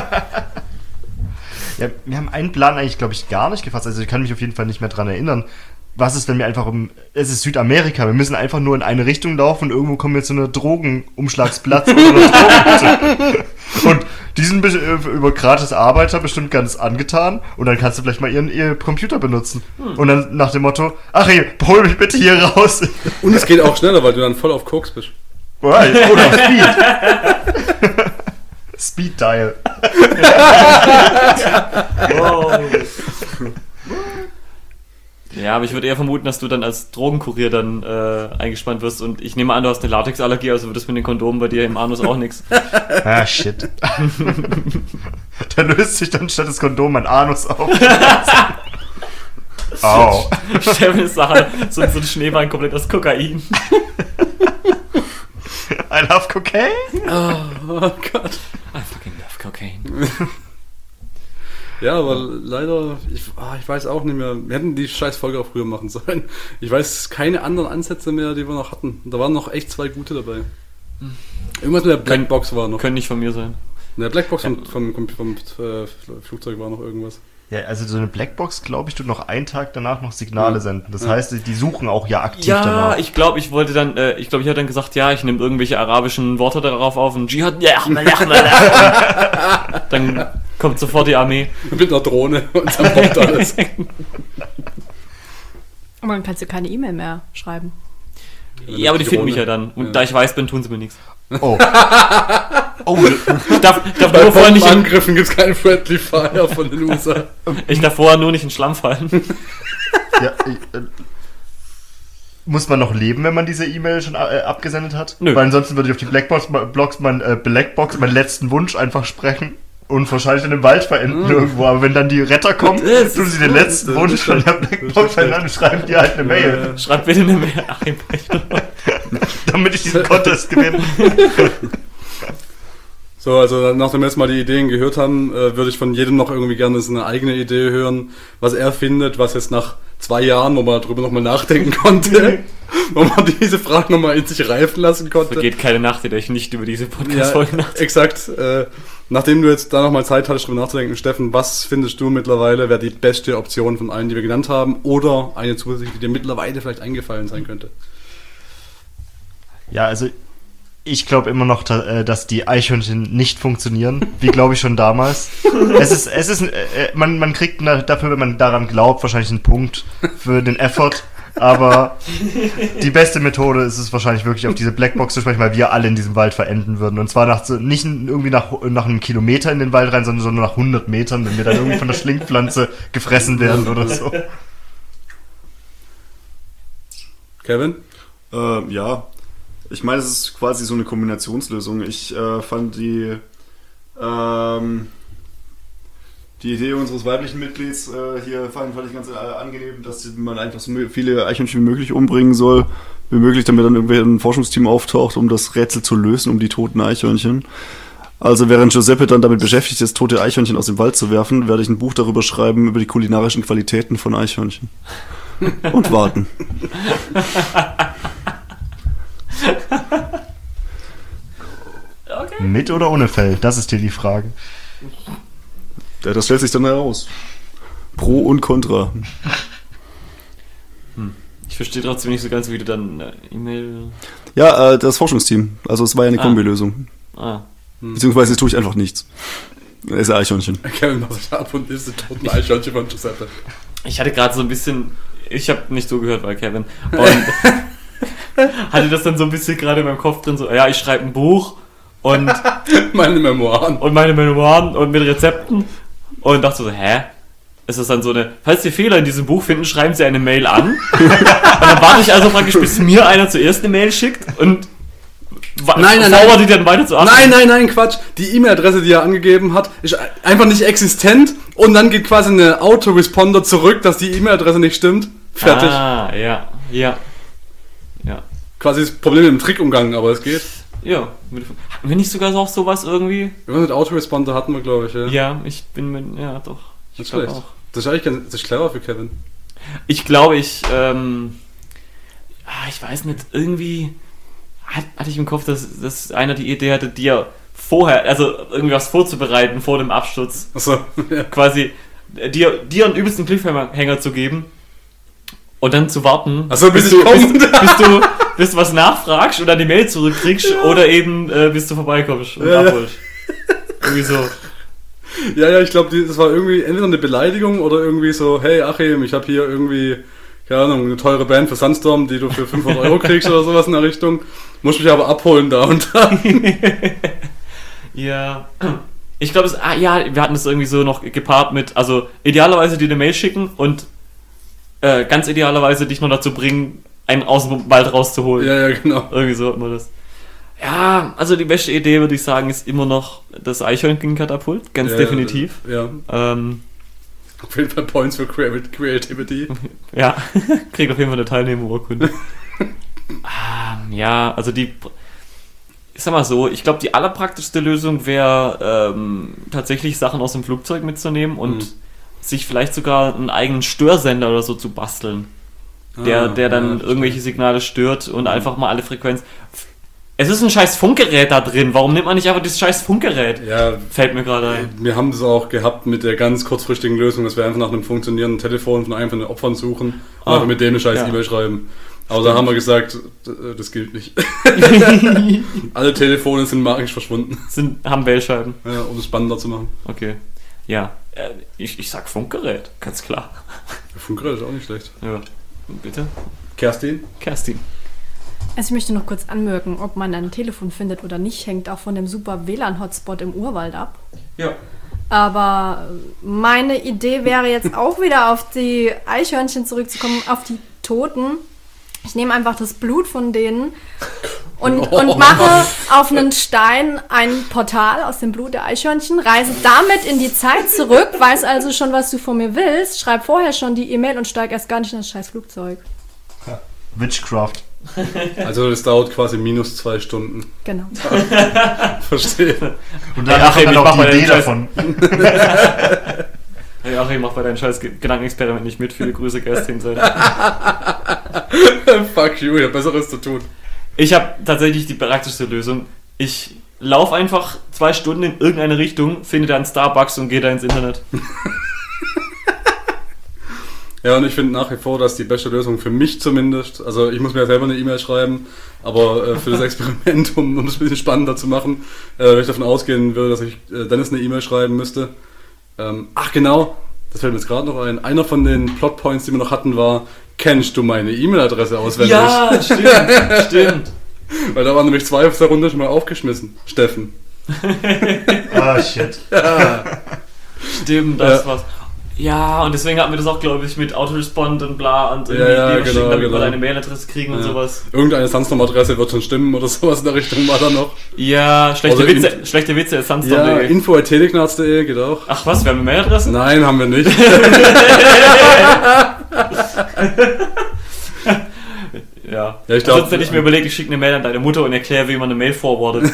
[SPEAKER 3] Ja, wir haben einen Plan eigentlich, glaube ich, gar nicht gefasst. Also ich kann mich auf jeden Fall nicht mehr dran erinnern. Was ist, wenn wir einfach um... Es ist Südamerika. Wir müssen einfach nur in eine Richtung laufen und irgendwo kommen wir zu einer Drogenumschlagsplatz oder einer Drogenhütte. Und die sind be- über gratis Arbeiter bestimmt ganz angetan. Und dann kannst du vielleicht mal ihren, ihren Computer benutzen.
[SPEAKER 1] Hm.
[SPEAKER 3] Und dann nach dem Motto, ach hey, hol mich bitte hier raus.
[SPEAKER 2] Und es geht auch schneller, weil du dann voll auf Koks bist.
[SPEAKER 3] Oder Speed. Speed Dial.
[SPEAKER 1] Wow. Ja, aber ich würde eher vermuten, dass du dann als Drogenkurier dann äh, eingespannt wirst und ich nehme an, du hast eine Latexallergie, also wird das mit den Kondomen bei dir im Anus auch nichts.
[SPEAKER 3] Ah, shit. Da löst sich dann statt des Kondom mein Anus auf. Au.
[SPEAKER 1] Steffen ist Sache, so, so ein Schneebein komplett aus Kokain.
[SPEAKER 3] I love cocaine.
[SPEAKER 2] Oh, oh Gott.
[SPEAKER 1] I fucking love cocaine.
[SPEAKER 2] Ja, aber leider, ich, ah, ich weiß auch nicht mehr. Wir hätten die scheiß Folge auch früher machen sollen. Ich weiß keine anderen Ansätze mehr, die wir noch hatten. Da waren noch echt zwei gute dabei. Irgendwas mit der Blackbox war noch.
[SPEAKER 1] Können nicht von mir sein.
[SPEAKER 2] In der Blackbox vom, vom, vom, vom äh, Flugzeug war noch irgendwas.
[SPEAKER 3] Ja, also so eine Blackbox, glaube ich, tut noch einen Tag danach noch Signale senden. Das heißt, die suchen auch ja aktiv
[SPEAKER 1] Ja,
[SPEAKER 3] danach.
[SPEAKER 1] ich glaube, ich wollte dann, äh, ich glaube, ich habe dann gesagt, ja, ich nehme irgendwelche arabischen Worte darauf auf und Dschihad, ja, dann kommt sofort die Armee.
[SPEAKER 2] Mit einer Drohne und dann bombt alles.
[SPEAKER 4] Aber dann kannst du keine E-Mail mehr schreiben.
[SPEAKER 1] Ja, aber die finden mich ja dann. Und
[SPEAKER 2] Ja.
[SPEAKER 1] da ich weiß bin, tun sie mir nichts.
[SPEAKER 3] Oh. Oh.
[SPEAKER 1] Ich darf, ich darf
[SPEAKER 2] Bei
[SPEAKER 1] nur vorher nicht in,
[SPEAKER 2] Angriffen gibt es keinen Friendly Fire von den U S A.
[SPEAKER 1] ich darf vorher nur nicht in den Schlamm fallen.
[SPEAKER 3] Ja, ich, äh, muss man noch leben, wenn man diese E-Mail schon äh, abgesendet hat?
[SPEAKER 1] Nö.
[SPEAKER 3] Weil ansonsten würde ich auf die Blackbox, Blocks, mein, äh, Blackbox meinen letzten Wunsch einfach sprechen und wahrscheinlich in dem Wald verenden
[SPEAKER 2] Mm.
[SPEAKER 3] irgendwo. Aber wenn dann die Retter kommen,
[SPEAKER 1] Das
[SPEAKER 3] tun
[SPEAKER 1] ist
[SPEAKER 3] sie den
[SPEAKER 2] gut.
[SPEAKER 3] letzten
[SPEAKER 2] Das
[SPEAKER 3] Wunsch
[SPEAKER 2] ist
[SPEAKER 3] von der
[SPEAKER 2] schlecht. Das
[SPEAKER 3] Blackbox
[SPEAKER 2] ist schlecht.
[SPEAKER 3] verändern und schreiben dir halt eine Mail,
[SPEAKER 2] Ja.
[SPEAKER 1] Schreibt bitte eine Mail. Achim Bechler.
[SPEAKER 3] damit ich diesen Contest gewinne.
[SPEAKER 2] So, also nachdem wir jetzt mal die Ideen gehört haben, äh, würde ich von jedem noch irgendwie gerne so eine eigene Idee hören, was er findet, was jetzt nach zwei Jahren, wo man darüber nochmal nachdenken konnte, wo man diese Fragen nochmal in sich reifen lassen konnte.
[SPEAKER 1] Vergeht keine Nacht, in der ich nicht über diese
[SPEAKER 2] Ja,
[SPEAKER 1] Podcast-Folge nachdenke.
[SPEAKER 2] exakt. Äh, nachdem du jetzt da nochmal Zeit hattest, darüber nachzudenken, Steffen, was findest du mittlerweile wäre die beste Option von allen, die wir genannt haben, oder eine zusätzliche, die dir mittlerweile vielleicht eingefallen sein könnte?
[SPEAKER 3] Ja, also ich glaube immer noch, da- äh, dass die Eichhörnchen nicht funktionieren, wie glaube ich schon damals. Es ist, es ist, äh, man, man kriegt na- dafür, wenn man daran glaubt, wahrscheinlich einen Punkt für den Effort. Aber die beste Methode ist es wahrscheinlich wirklich auf diese Blackbox zu sprechen, weil wir alle in diesem Wald verenden würden. Und zwar nach so, nicht irgendwie nach, nach einem Kilometer in den Wald rein, sondern nur nach hundert Metern, wenn wir dann irgendwie von der Schlingpflanze gefressen werden oder so.
[SPEAKER 2] Kevin?
[SPEAKER 5] Äh, ja, ich meine, es ist quasi so eine Kombinationslösung. Ich äh, fand die ähm, die Idee unseres weiblichen Mitglieds äh, hier fand, fand ich ganz äh, angenehm, dass man einfach so viele Eichhörnchen wie möglich umbringen soll, wie möglich, damit dann irgendwie ein Forschungsteam auftaucht, um das Rätsel zu lösen, um die toten Eichhörnchen. Also während Giuseppe dann damit beschäftigt ist, tote Eichhörnchen aus dem Wald zu werfen, werde ich ein Buch darüber schreiben, über die kulinarischen Qualitäten von Eichhörnchen. Und warten.
[SPEAKER 1] Okay.
[SPEAKER 3] Mit oder ohne Fell? Das ist hier die Frage.
[SPEAKER 5] Ja, das stellt sich dann heraus. Pro und Contra.
[SPEAKER 1] Ich verstehe trotzdem nicht so ganz, wie du dann eine E-Mail...
[SPEAKER 5] Ja, äh, das Forschungsteam. Also es war ja eine
[SPEAKER 1] Ah.
[SPEAKER 5] Kombilösung.
[SPEAKER 1] Ah.
[SPEAKER 5] Beziehungsweise tue ich einfach nichts. Er ist ein Eichhörnchen.
[SPEAKER 2] Kevin macht sich ab und isst die toten Eichhörnchen von Giuseppe.
[SPEAKER 1] Ich hatte gerade so ein bisschen... Ich habe nicht zugehört, weil Kevin... Und hatte das dann so ein bisschen gerade in meinem Kopf drin, so, ja, ich schreibe ein Buch und,
[SPEAKER 2] Meine Memoiren.
[SPEAKER 1] und meine Memoiren und mit Rezepten und dachte so, hä? Ist das dann so eine, falls Sie Fehler in diesem Buch finden, schreiben Sie eine Mail an. Und dann warte ich also praktisch, bis mir einer zuerst eine Mail schickt und wa-
[SPEAKER 2] Nein, nein,
[SPEAKER 1] forward
[SPEAKER 2] nein.
[SPEAKER 1] die dann weiter zu anderen.
[SPEAKER 2] Nein, nein, nein, Quatsch. Die E-Mail-Adresse, die er angegeben hat, ist einfach nicht existent und dann geht quasi eine Autoresponder zurück, dass die E-Mail-Adresse nicht stimmt. Fertig.
[SPEAKER 1] Ah, ja, ja. Ja.
[SPEAKER 2] Quasi das Problem mit dem Trickumgang, aber es geht.
[SPEAKER 1] Ja. Mit- Hatten wir nicht sogar auch sowas irgendwie?
[SPEAKER 2] Irgendwas mit Autoresponder hatten wir, glaube ich. Ja.
[SPEAKER 1] Ja, ich bin mit, ja doch. Ich
[SPEAKER 2] Nicht
[SPEAKER 1] glaube
[SPEAKER 2] schlecht.
[SPEAKER 1] auch.
[SPEAKER 2] Das ist eigentlich ganz, das ist clever für Kevin.
[SPEAKER 1] Ich glaube, ich, ähm, ah, ich weiß nicht, irgendwie hat, hatte ich im Kopf, dass, dass einer die Idee hatte, dir vorher, also irgendwas vorzubereiten vor dem Absturz.
[SPEAKER 2] Achso, ja.
[SPEAKER 1] Quasi dir, dir einen übelsten Cliffhanger zu geben und dann zu warten,
[SPEAKER 2] Ach so, bis
[SPEAKER 1] bis,
[SPEAKER 2] ich
[SPEAKER 1] du, bis,
[SPEAKER 2] komme.
[SPEAKER 1] bis du bis du was nachfragst und dann die Mail zurückkriegst oder eben äh, bis du vorbeikommst und
[SPEAKER 2] Ja, ja.
[SPEAKER 1] abholst. Irgendwie so.
[SPEAKER 2] Ja, ja, ich glaube, das war irgendwie entweder eine Beleidigung oder irgendwie so, hey Achim, ich habe hier irgendwie, keine Ahnung, eine teure Band für Sandstorm, die du für fünfhundert Euro kriegst oder sowas in der Richtung. Musst mich aber abholen da und da.
[SPEAKER 1] Ja. Ich glaube, ah, ja, wir hatten das irgendwie so noch gepaart mit, also idealerweise dir eine Mail schicken und äh, ganz idealerweise dich noch dazu bringen, einen aus dem Wald rauszuholen.
[SPEAKER 2] Ja, ja, genau.
[SPEAKER 1] Irgendwie so hatten wir das. Ja, also die beste Idee, würde ich sagen, ist immer noch das Eichhörnchen-Katapult, ganz
[SPEAKER 2] Ja,
[SPEAKER 1] definitiv.
[SPEAKER 2] Ja.
[SPEAKER 1] Ähm,
[SPEAKER 2] Auf jeden Fall Points für Creativity.
[SPEAKER 1] Ja, kriegt auf jeden Fall eine Teilnehmerurkunde. ah, ja, also die... Ich sag mal so, ich glaube, die allerpraktischste Lösung wäre ähm, tatsächlich Sachen aus dem Flugzeug mitzunehmen und mhm. sich vielleicht sogar einen eigenen Störsender oder so zu basteln, der, ah, der dann ja, irgendwelche Signale stört und mhm. einfach mal alle Frequenzen... Es ist ein scheiß Funkgerät da drin, warum nimmt man nicht einfach dieses scheiß Funkgerät?
[SPEAKER 2] Ja,
[SPEAKER 1] fällt mir gerade ein.
[SPEAKER 2] Wir haben das auch gehabt mit der ganz kurzfristigen Lösung, dass wir einfach nach einem funktionierenden Telefon von einem von den Opfern suchen und ah, einfach mit denen eine scheiß ja. E-Mail schreiben. Aber da haben wir gesagt, das gilt nicht. Alle Telefone sind magisch verschwunden.
[SPEAKER 1] Sind, haben Wählscheiben.
[SPEAKER 2] Ja, um es spannender zu machen.
[SPEAKER 1] Okay. Ja, ich, ich sag Funkgerät, ganz klar.
[SPEAKER 2] Funkgerät ist auch nicht schlecht.
[SPEAKER 1] Ja, bitte.
[SPEAKER 2] Kerstin?
[SPEAKER 1] Kerstin.
[SPEAKER 4] Also ich möchte noch kurz anmerken, ob man ein Telefon findet oder nicht, hängt auch von dem super W L A N-Hotspot im Urwald ab.
[SPEAKER 1] Ja.
[SPEAKER 4] Aber meine Idee wäre jetzt auch wieder auf die Eichhörnchen zurückzukommen, auf die Toten. Ich nehme einfach das Blut von denen und, oh. und mache auf einen Stein ein Portal aus dem Blut der Eichhörnchen, reise damit in die Zeit zurück, weiß also schon, was du von mir willst, schreib vorher schon die E-Mail und steig erst gar nicht in das scheiß Flugzeug.
[SPEAKER 3] Ja. Witchcraft.
[SPEAKER 2] Also das dauert quasi minus zwei Stunden.
[SPEAKER 4] Genau.
[SPEAKER 2] Verstehe.
[SPEAKER 3] Und dann hey, Achim, auch die Idee davon.
[SPEAKER 1] Hey Achim, mach bei deinem scheiß Gedankenexperiment nicht mit. Viele Grüße, Kerstin.
[SPEAKER 2] Fuck you, ich hab Besseres zu tun.
[SPEAKER 1] Ich habe tatsächlich die praktischste Lösung. Ich laufe einfach zwei Stunden in irgendeine Richtung, finde dann Starbucks und gehe da ins Internet.
[SPEAKER 2] Ja, und ich finde nach wie vor, dass die beste Lösung für mich zumindest, also ich muss mir ja selber eine E-Mail schreiben, aber äh, für das Experiment, um, um das ein bisschen spannender zu machen, äh, wenn ich davon ausgehen würde, dass ich äh, Dennis eine E-Mail schreiben müsste. Ähm, ach genau, das fällt mir jetzt gerade noch ein. Einer von den Plotpoints, die wir noch hatten, war, kennst du meine E-Mail-Adresse auswendig?
[SPEAKER 1] Ja, stimmt, stimmt.
[SPEAKER 2] Weil da waren nämlich zwei auf der Runde schon mal aufgeschmissen. Steffen.
[SPEAKER 3] Ah, shit.
[SPEAKER 2] Ja.
[SPEAKER 1] Stimmt, das ja. war's. Ja, und deswegen hatten wir das auch, glaube ich, mit Autorespond und bla und
[SPEAKER 2] irgendwie ja, ja, genau,
[SPEAKER 1] damit
[SPEAKER 2] genau.
[SPEAKER 1] wir deine Mailadresse kriegen ja. und sowas.
[SPEAKER 2] Irgendeine Sandstorm-Adresse wird schon stimmen oder sowas in der Richtung war da noch.
[SPEAKER 1] Ja, schlechte Witze, in- schlechte Witze ist sandstorm punkt de.
[SPEAKER 2] Ja, info at teleknarz punkt de geht auch.
[SPEAKER 1] Ach was, wir haben eine Mailadresse?
[SPEAKER 2] Nein, haben wir nicht.
[SPEAKER 1] ja.
[SPEAKER 2] ja ich glaub,
[SPEAKER 1] Sonst hätte ich mir überlegt, ich schicke eine Mail an deine Mutter und erkläre, wie man eine Mail forwardet.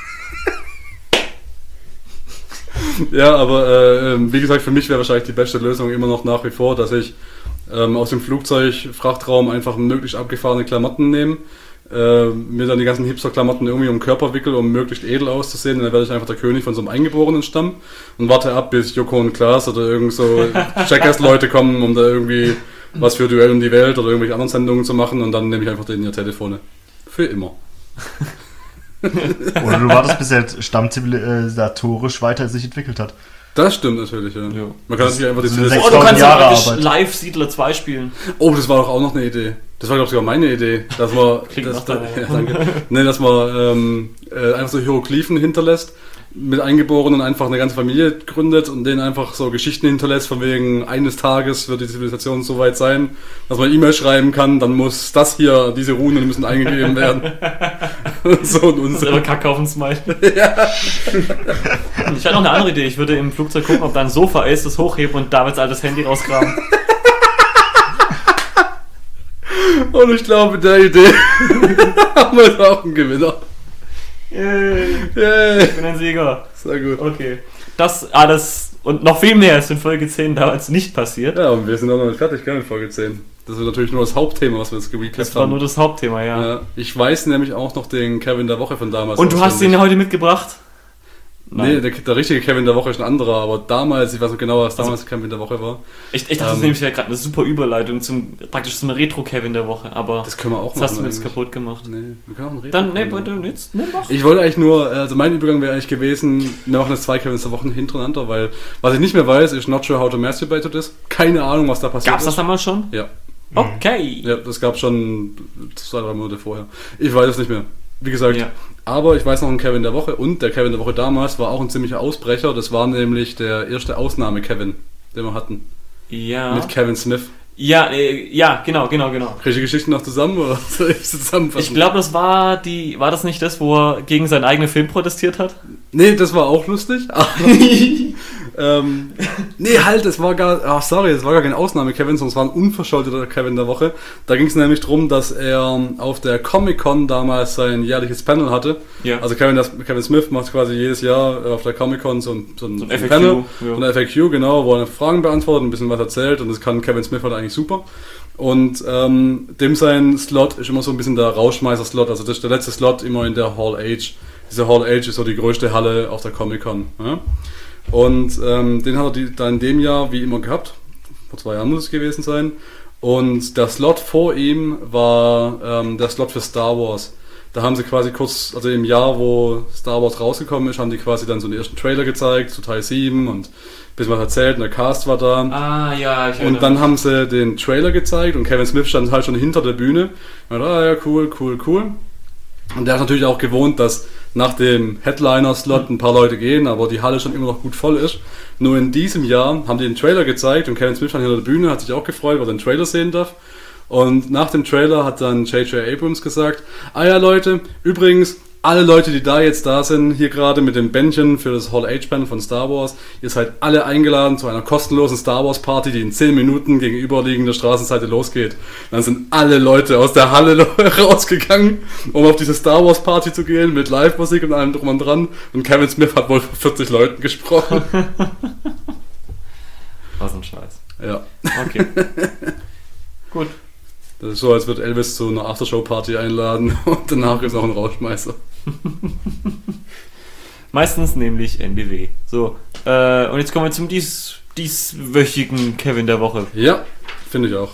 [SPEAKER 2] Ja, aber äh, wie gesagt, für mich wäre wahrscheinlich die beste Lösung immer noch nach wie vor, dass ich ähm, aus dem Flugzeugfrachtraum einfach möglichst abgefahrene Klamotten nehme, äh, mir dann die ganzen Hipster-Klamotten irgendwie um den Körper wickel, um möglichst edel auszusehen, und dann werde ich einfach der König von so einem eingeborenen Stamm und warte ab, bis Joko und Klaas oder irgend so Jackass-Leute kommen, um da irgendwie was für Duell um die Welt oder irgendwelche anderen Sendungen zu machen, und dann nehme ich einfach denen ihre Telefone. Für immer.
[SPEAKER 3] Oder du wartest, bis er stammzivilisatorisch weiter sich entwickelt hat.
[SPEAKER 2] Das stimmt natürlich, ja.
[SPEAKER 1] ja.
[SPEAKER 2] Man kann natürlich einfach die
[SPEAKER 1] Oh, du kannst ja praktisch live Siedler zwei spielen.
[SPEAKER 2] Oh, das war doch auch noch eine Idee. Das war, glaube ich, sogar meine Idee. Dass man, das, da, ja, danke. Nee, dass man ähm, äh, einfach so Hieroglyphen hinterlässt, mit Eingeborenen einfach eine ganze Familie gründet und denen einfach so Geschichten hinterlässt, von wegen, eines Tages wird die Zivilisation so weit sein, dass man E-Mail schreiben kann, dann muss das hier, diese Runen müssen eingegeben werden. Und so und uns.
[SPEAKER 1] Selber Kacke auf den Smile.
[SPEAKER 2] Ja.
[SPEAKER 1] Ich hatte noch eine andere Idee. Ich würde im Flugzeug gucken, ob da ein Sofa ist, das hochheben und Davids altes Handy rausgraben.
[SPEAKER 2] Und ich glaube, mit der Idee haben wir jetzt auch einen Gewinner.
[SPEAKER 1] Yay.
[SPEAKER 2] Yay.
[SPEAKER 1] Ich bin ein Sieger.
[SPEAKER 2] Sehr gut.
[SPEAKER 1] Okay. Das alles und noch viel mehr ist in Folge zehn damals nicht passiert.
[SPEAKER 2] Ja, und wir sind auch noch nicht fertig, gell, in Folge zehn. Das ist natürlich nur das Hauptthema, was wir jetzt gerecapt haben.
[SPEAKER 1] Das war nur das Hauptthema, ja.
[SPEAKER 2] ja. Ich weiß nämlich auch noch den Kevin der Woche von damals.
[SPEAKER 1] Und du hast ihn ja heute mitgebracht?
[SPEAKER 2] Nein. Nee, der, der richtige Kevin der Woche ist ein anderer, aber damals, ich weiß noch genau, was damals also, Kevin der Woche war.
[SPEAKER 1] Ich, ich dachte, ähm, das ist nämlich ja gerade eine super Überleitung zum praktisch zum Retro-Kevin der Woche, aber
[SPEAKER 2] das können wir auch
[SPEAKER 1] das
[SPEAKER 2] machen.
[SPEAKER 1] hast du mir jetzt kaputt gemacht.
[SPEAKER 2] Nee, wir können auch einen Retro
[SPEAKER 1] Dann, nee, bitte, jetzt, nee, mach.
[SPEAKER 2] Ich wollte eigentlich nur, also mein Übergang wäre eigentlich gewesen, wir machen jetzt zwei Kevins der Woche hintereinander, weil, was ich nicht mehr weiß, ist not sure how to masturbate to this. Keine Ahnung, was da passiert
[SPEAKER 1] Gab's ist. Gab's das damals schon?
[SPEAKER 2] Ja.
[SPEAKER 1] Okay.
[SPEAKER 2] Ja, das gab schon zwei, drei Monate vorher. Ich weiß es nicht mehr. Wie gesagt,
[SPEAKER 1] ja.
[SPEAKER 2] Aber ich weiß noch einen Kevin der Woche, und der Kevin der Woche damals war auch ein ziemlicher Ausbrecher. Das war nämlich der erste Ausnahme-Kevin, den wir hatten.
[SPEAKER 1] Ja.
[SPEAKER 2] Mit Kevin Smith.
[SPEAKER 1] Ja, äh, ja, genau, genau, genau.
[SPEAKER 2] Kriege ich die Geschichten noch zusammen oder soll ich sie zusammenfassen?
[SPEAKER 1] Ich glaube, das war die, war das nicht das, wo er gegen seinen eigenen Film protestiert hat?
[SPEAKER 2] Nee, das war auch lustig. Aber, ähm, nee, halt, es war gar, ach sorry, es war gar kein Ausnahme-Kevin, sondern es war ein unverscholteter Kevin der Woche. Da ging es nämlich darum, dass er auf der Comic-Con damals sein jährliches Panel hatte.
[SPEAKER 1] Ja.
[SPEAKER 2] Also Kevin, das, Kevin Smith macht quasi jedes Jahr auf der Comic-Con so ein, so ein,
[SPEAKER 1] So ein
[SPEAKER 2] so ein
[SPEAKER 1] F A Q,
[SPEAKER 2] Panel,
[SPEAKER 1] ja.
[SPEAKER 2] so ein F A Q, genau, wo er Fragen beantwortet, ein bisschen was erzählt und das kann Kevin Smith halt eigentlich super. Und ähm, dem sein Slot ist immer so ein bisschen der Rauschmeißer-Slot, also das ist der letzte Slot immer in der Hall H. Diese Hall H ist so die größte Halle auf der Comic-Con. Ja? Und ähm, den hat er die, da in dem Jahr wie immer gehabt. Vor zwei Jahren muss es gewesen sein. Und der Slot vor ihm war ähm, der Slot für Star Wars. Da haben sie quasi kurz, also im Jahr, wo Star Wars rausgekommen ist, haben die quasi dann so einen ersten Trailer gezeigt zu Teil sieben und ein bisschen was erzählt und der Cast war da.
[SPEAKER 1] Ah, ja, ich
[SPEAKER 2] Und dann haben sie den Trailer gezeigt und Kevin Smith stand halt schon hinter der Bühne. Und dachte, ah ja, cool, cool, cool. Und der ist natürlich auch gewohnt, dass nach dem Headliner-Slot ein paar Leute gehen, aber die Halle schon immer noch gut voll ist. Nur in diesem Jahr haben die den Trailer gezeigt und Kevin Smith stand hinter der Bühne, hat sich auch gefreut, weil er den Trailer sehen darf. Und nach dem Trailer hat dann J J Abrams gesagt, ah ja Leute, übrigens, alle Leute, die da jetzt da sind, hier gerade mit dem Bändchen für das Hall H-Band von Star Wars, ihr seid alle eingeladen zu einer kostenlosen Star Wars Party, die in zehn Minuten gegenüberliegender Straßenseite losgeht. Dann sind alle Leute aus der Halle rausgegangen, um auf diese Star Wars Party zu gehen, mit Live-Musik und allem drum und dran. Und Kevin Smith hat wohl vor vierzig Leuten gesprochen.
[SPEAKER 1] Was ein Scheiß.
[SPEAKER 2] Ja.
[SPEAKER 1] Okay. Gut.
[SPEAKER 2] Das ist so, als würde Elvis zu einer Aftershow-Party einladen und danach ist noch ein Rauschmeißer.
[SPEAKER 1] Meistens nämlich N B W. So, äh, und jetzt kommen wir zum dies, dieswöchigen Kevin der Woche.
[SPEAKER 2] Ja, finde ich auch.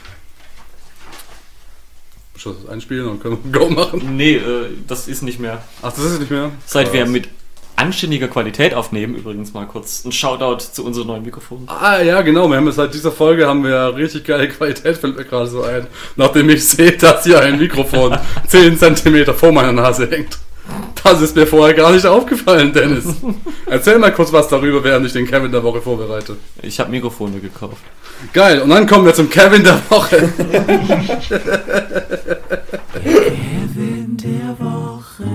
[SPEAKER 2] Muss ich das einspielen und können wir Go machen?
[SPEAKER 1] Nee, äh, das ist nicht mehr.
[SPEAKER 2] Ach, das ist nicht mehr?
[SPEAKER 1] Seit wir
[SPEAKER 2] Was?
[SPEAKER 1] mit anständiger Qualität aufnehmen, übrigens mal kurz ein Shoutout zu unseren neuen Mikrofonen.
[SPEAKER 2] Ah, ja, genau. Wir haben seit dieser Folge haben wir ja richtig geile Qualität, fällt mir gerade so ein. Nachdem ich sehe, dass hier ein Mikrofon zehn Zentimeter vor meiner Nase hängt. Das ist mir vorher gar nicht aufgefallen, Dennis. Erzähl mal kurz was darüber, während ich den Kevin der Woche vorbereite.
[SPEAKER 1] Ich habe Mikrofone gekauft.
[SPEAKER 2] Geil, und dann kommen wir zum Kevin der Woche.
[SPEAKER 6] Kevin der Woche.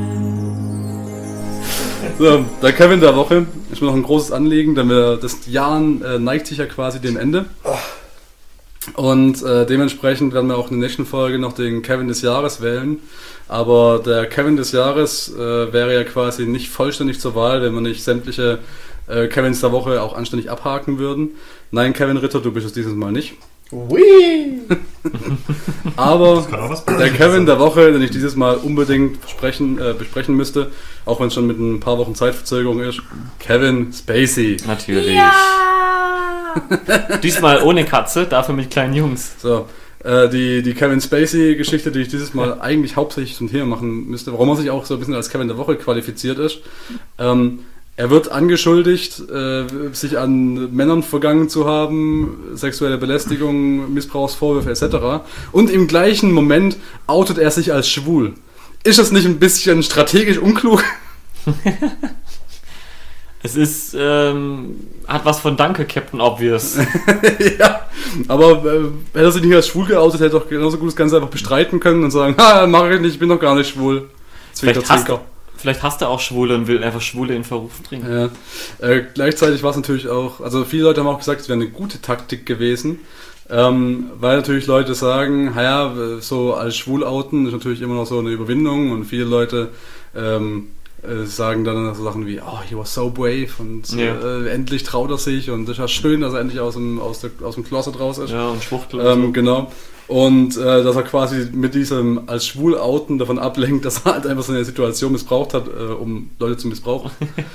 [SPEAKER 2] So, der Kevin der Woche ist mir noch ein großes Anliegen, denn wir, das Jahr äh, neigt sich ja quasi dem Ende. Und äh, dementsprechend werden wir auch in der nächsten Folge noch den Kevin des Jahres wählen. Aber der Kevin des Jahres äh, wäre ja quasi nicht vollständig zur Wahl, wenn wir nicht sämtliche äh, Kevins der Woche auch anständig abhaken würden. Nein, Kevin Ritter, du bist es dieses Mal nicht.
[SPEAKER 3] Ui.
[SPEAKER 2] Aber
[SPEAKER 3] kann auch was
[SPEAKER 2] der
[SPEAKER 3] Positives
[SPEAKER 2] Kevin
[SPEAKER 3] sein.
[SPEAKER 2] der Woche, den ich dieses Mal unbedingt besprechen, äh, besprechen müsste, auch wenn es schon mit ein paar Wochen Zeitverzögerung ist, Kevin Spacey.
[SPEAKER 1] Natürlich.
[SPEAKER 4] Ja!
[SPEAKER 1] Diesmal ohne Katze, dafür mit kleinen Jungs.
[SPEAKER 2] So, äh, die, die Kevin Spacey-Geschichte, die ich dieses Mal eigentlich hauptsächlich zum Thema machen müsste, warum er sich auch so ein bisschen als Kevin der Woche qualifiziert ist. Ähm, er wird angeschuldigt, äh, sich an Männern vergangen zu haben, sexuelle Belästigung, Missbrauchsvorwürfe et cetera. Und im gleichen Moment outet er sich als schwul. Ist das nicht ein bisschen strategisch unklug?
[SPEAKER 1] Es ist, ähm, hat was von Danke, Captain Obvious.
[SPEAKER 2] Ja, aber äh, hätte er sich nicht als schwul geoutet, hätte er doch genauso gut das Ganze einfach bestreiten können und sagen, ha, mach ich nicht, ich bin doch gar nicht schwul. Zwinker,
[SPEAKER 1] Vielleicht hast,
[SPEAKER 2] zwinker.
[SPEAKER 1] vielleicht hast du auch Schwule und will einfach Schwule in Verruf bringen.
[SPEAKER 2] Ja. Äh, gleichzeitig war es natürlich auch, also viele Leute haben auch gesagt, es wäre eine gute Taktik gewesen, ähm, weil natürlich Leute sagen, naja, so als schwul outen ist natürlich immer noch so eine Überwindung und viele Leute ähm, äh, sagen dann so Sachen wie, oh, he was so brave und
[SPEAKER 1] Ja.
[SPEAKER 2] äh, endlich traut er sich und es ist ja schön, dass er endlich aus dem, aus der, aus dem Closet raus ist.
[SPEAKER 1] Ja, und Schwuchtel.
[SPEAKER 2] Ähm,
[SPEAKER 1] und
[SPEAKER 2] genau. Und äh, dass er quasi mit diesem als schwul outen davon ablenkt, dass er halt einfach so eine Situation missbraucht hat, äh, um Leute zu missbrauchen.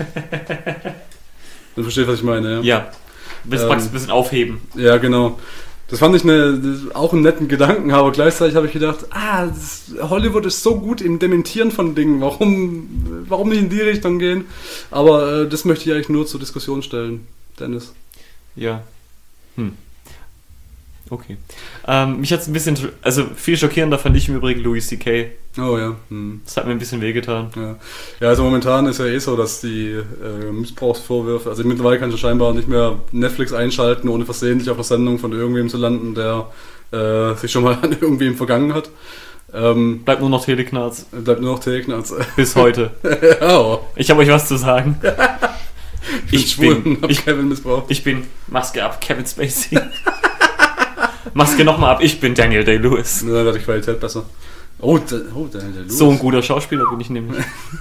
[SPEAKER 2] Du verstehst, was ich meine, ja?
[SPEAKER 1] so. Ja. Willst
[SPEAKER 2] Ähm,
[SPEAKER 1] praktisch ein bisschen aufheben.
[SPEAKER 2] Ja, genau. Das fand ich eine, das- auch einen netten Gedanken, aber gleichzeitig habe ich gedacht, ah, das, Hollywood ist so gut im Dementieren von Dingen, warum, warum nicht in die Richtung gehen? Aber äh, das möchte ich eigentlich nur zur Diskussion stellen, Dennis.
[SPEAKER 1] Ja. Hm. Okay. Ähm, mich hat es ein bisschen, also viel schockierender fand ich im Übrigen Louis C K.
[SPEAKER 2] Oh ja. Hm.
[SPEAKER 1] Das hat mir ein bisschen wehgetan.
[SPEAKER 2] Ja. Ja, also momentan ist ja eh so, dass die äh, Missbrauchsvorwürfe, also mittlerweile kannst du scheinbar nicht mehr Netflix einschalten, ohne versehentlich auf einer Sendung von irgendwem zu landen, der äh, sich schon mal an irgendwem vergangen hat. Ähm,
[SPEAKER 1] Bleibt nur noch Teleknarz.
[SPEAKER 2] bleibt nur noch Teleknarz.
[SPEAKER 1] Bis heute.
[SPEAKER 2] Ja,
[SPEAKER 1] Ich habe euch was zu sagen. Ich
[SPEAKER 2] schwul
[SPEAKER 1] bin,
[SPEAKER 2] und hab
[SPEAKER 1] ich,
[SPEAKER 2] Kevin missbraucht.
[SPEAKER 1] ich bin Maske ab, Kevin Spacey. Maske nochmal ab, ich bin Daniel Day-Lewis.
[SPEAKER 2] Na, da wird die Qualität besser. Oh, da, oh Daniel Day-Lewis.
[SPEAKER 1] So ein guter Schauspieler bin ich nämlich.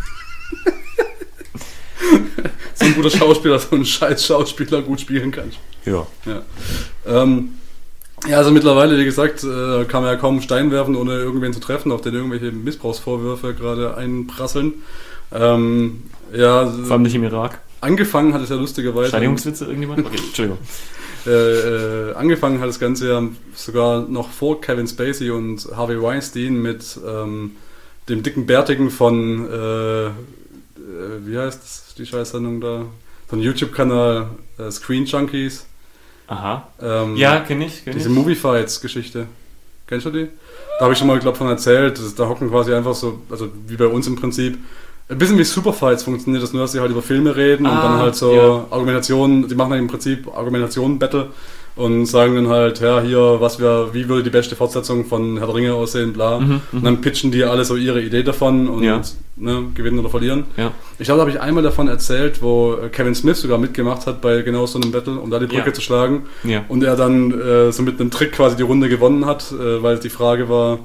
[SPEAKER 2] So ein guter Schauspieler, so ein scheiß Schauspieler gut spielen kann.
[SPEAKER 1] Ja.
[SPEAKER 2] Ja. Ähm, ja, also mittlerweile, wie gesagt, äh, kann man ja kaum einen Stein werfen, ohne irgendwen zu treffen, auf den irgendwelche Missbrauchsvorwürfe gerade einprasseln. Ähm, ja,
[SPEAKER 1] Vor allem nicht im Irak.
[SPEAKER 2] angefangen hat es ja lustigerweise.
[SPEAKER 1] Steigerungswitze irgendjemand? Okay, Entschuldigung.
[SPEAKER 2] Äh, äh, angefangen hat das Ganze ja sogar noch vor Kevin Spacey und Harvey Weinstein mit ähm, dem dicken Bärtigen von, äh, äh, wie heißt das, die Scheißsendung da? Von YouTube-Kanal äh, Screen Junkies.
[SPEAKER 1] Aha.
[SPEAKER 2] Ähm,
[SPEAKER 1] Ja, kenne ich, kenn
[SPEAKER 2] Diese
[SPEAKER 1] ich.
[SPEAKER 2] Movie Fights Geschichte. Kennst du die? Da habe ich schon mal, glaube von erzählt. Das, da hocken quasi einfach so, also wie bei uns im Prinzip. Ein bisschen wie Superfights funktioniert das nur, dass sie halt über Filme reden
[SPEAKER 1] Ah,
[SPEAKER 2] und dann halt so
[SPEAKER 1] ja.
[SPEAKER 2] Argumentationen, die machen dann im Prinzip Argumentationen-Battle und sagen dann halt, ja, hier, was wir, wie würde die beste Fortsetzung von Herr der Ringe aussehen, bla.
[SPEAKER 1] Mhm,
[SPEAKER 2] und dann pitchen die alle so ihre Idee davon und
[SPEAKER 1] Ja.
[SPEAKER 2] ne, gewinnen oder verlieren.
[SPEAKER 1] Ja.
[SPEAKER 2] Ich glaube, da habe ich einmal davon erzählt, wo Kevin Smith sogar mitgemacht hat bei genau so einem Battle, um da die Brücke
[SPEAKER 1] Ja.
[SPEAKER 2] zu schlagen.
[SPEAKER 1] Ja.
[SPEAKER 2] Und er dann äh, so mit einem Trick quasi die Runde gewonnen hat, äh, weil die Frage war,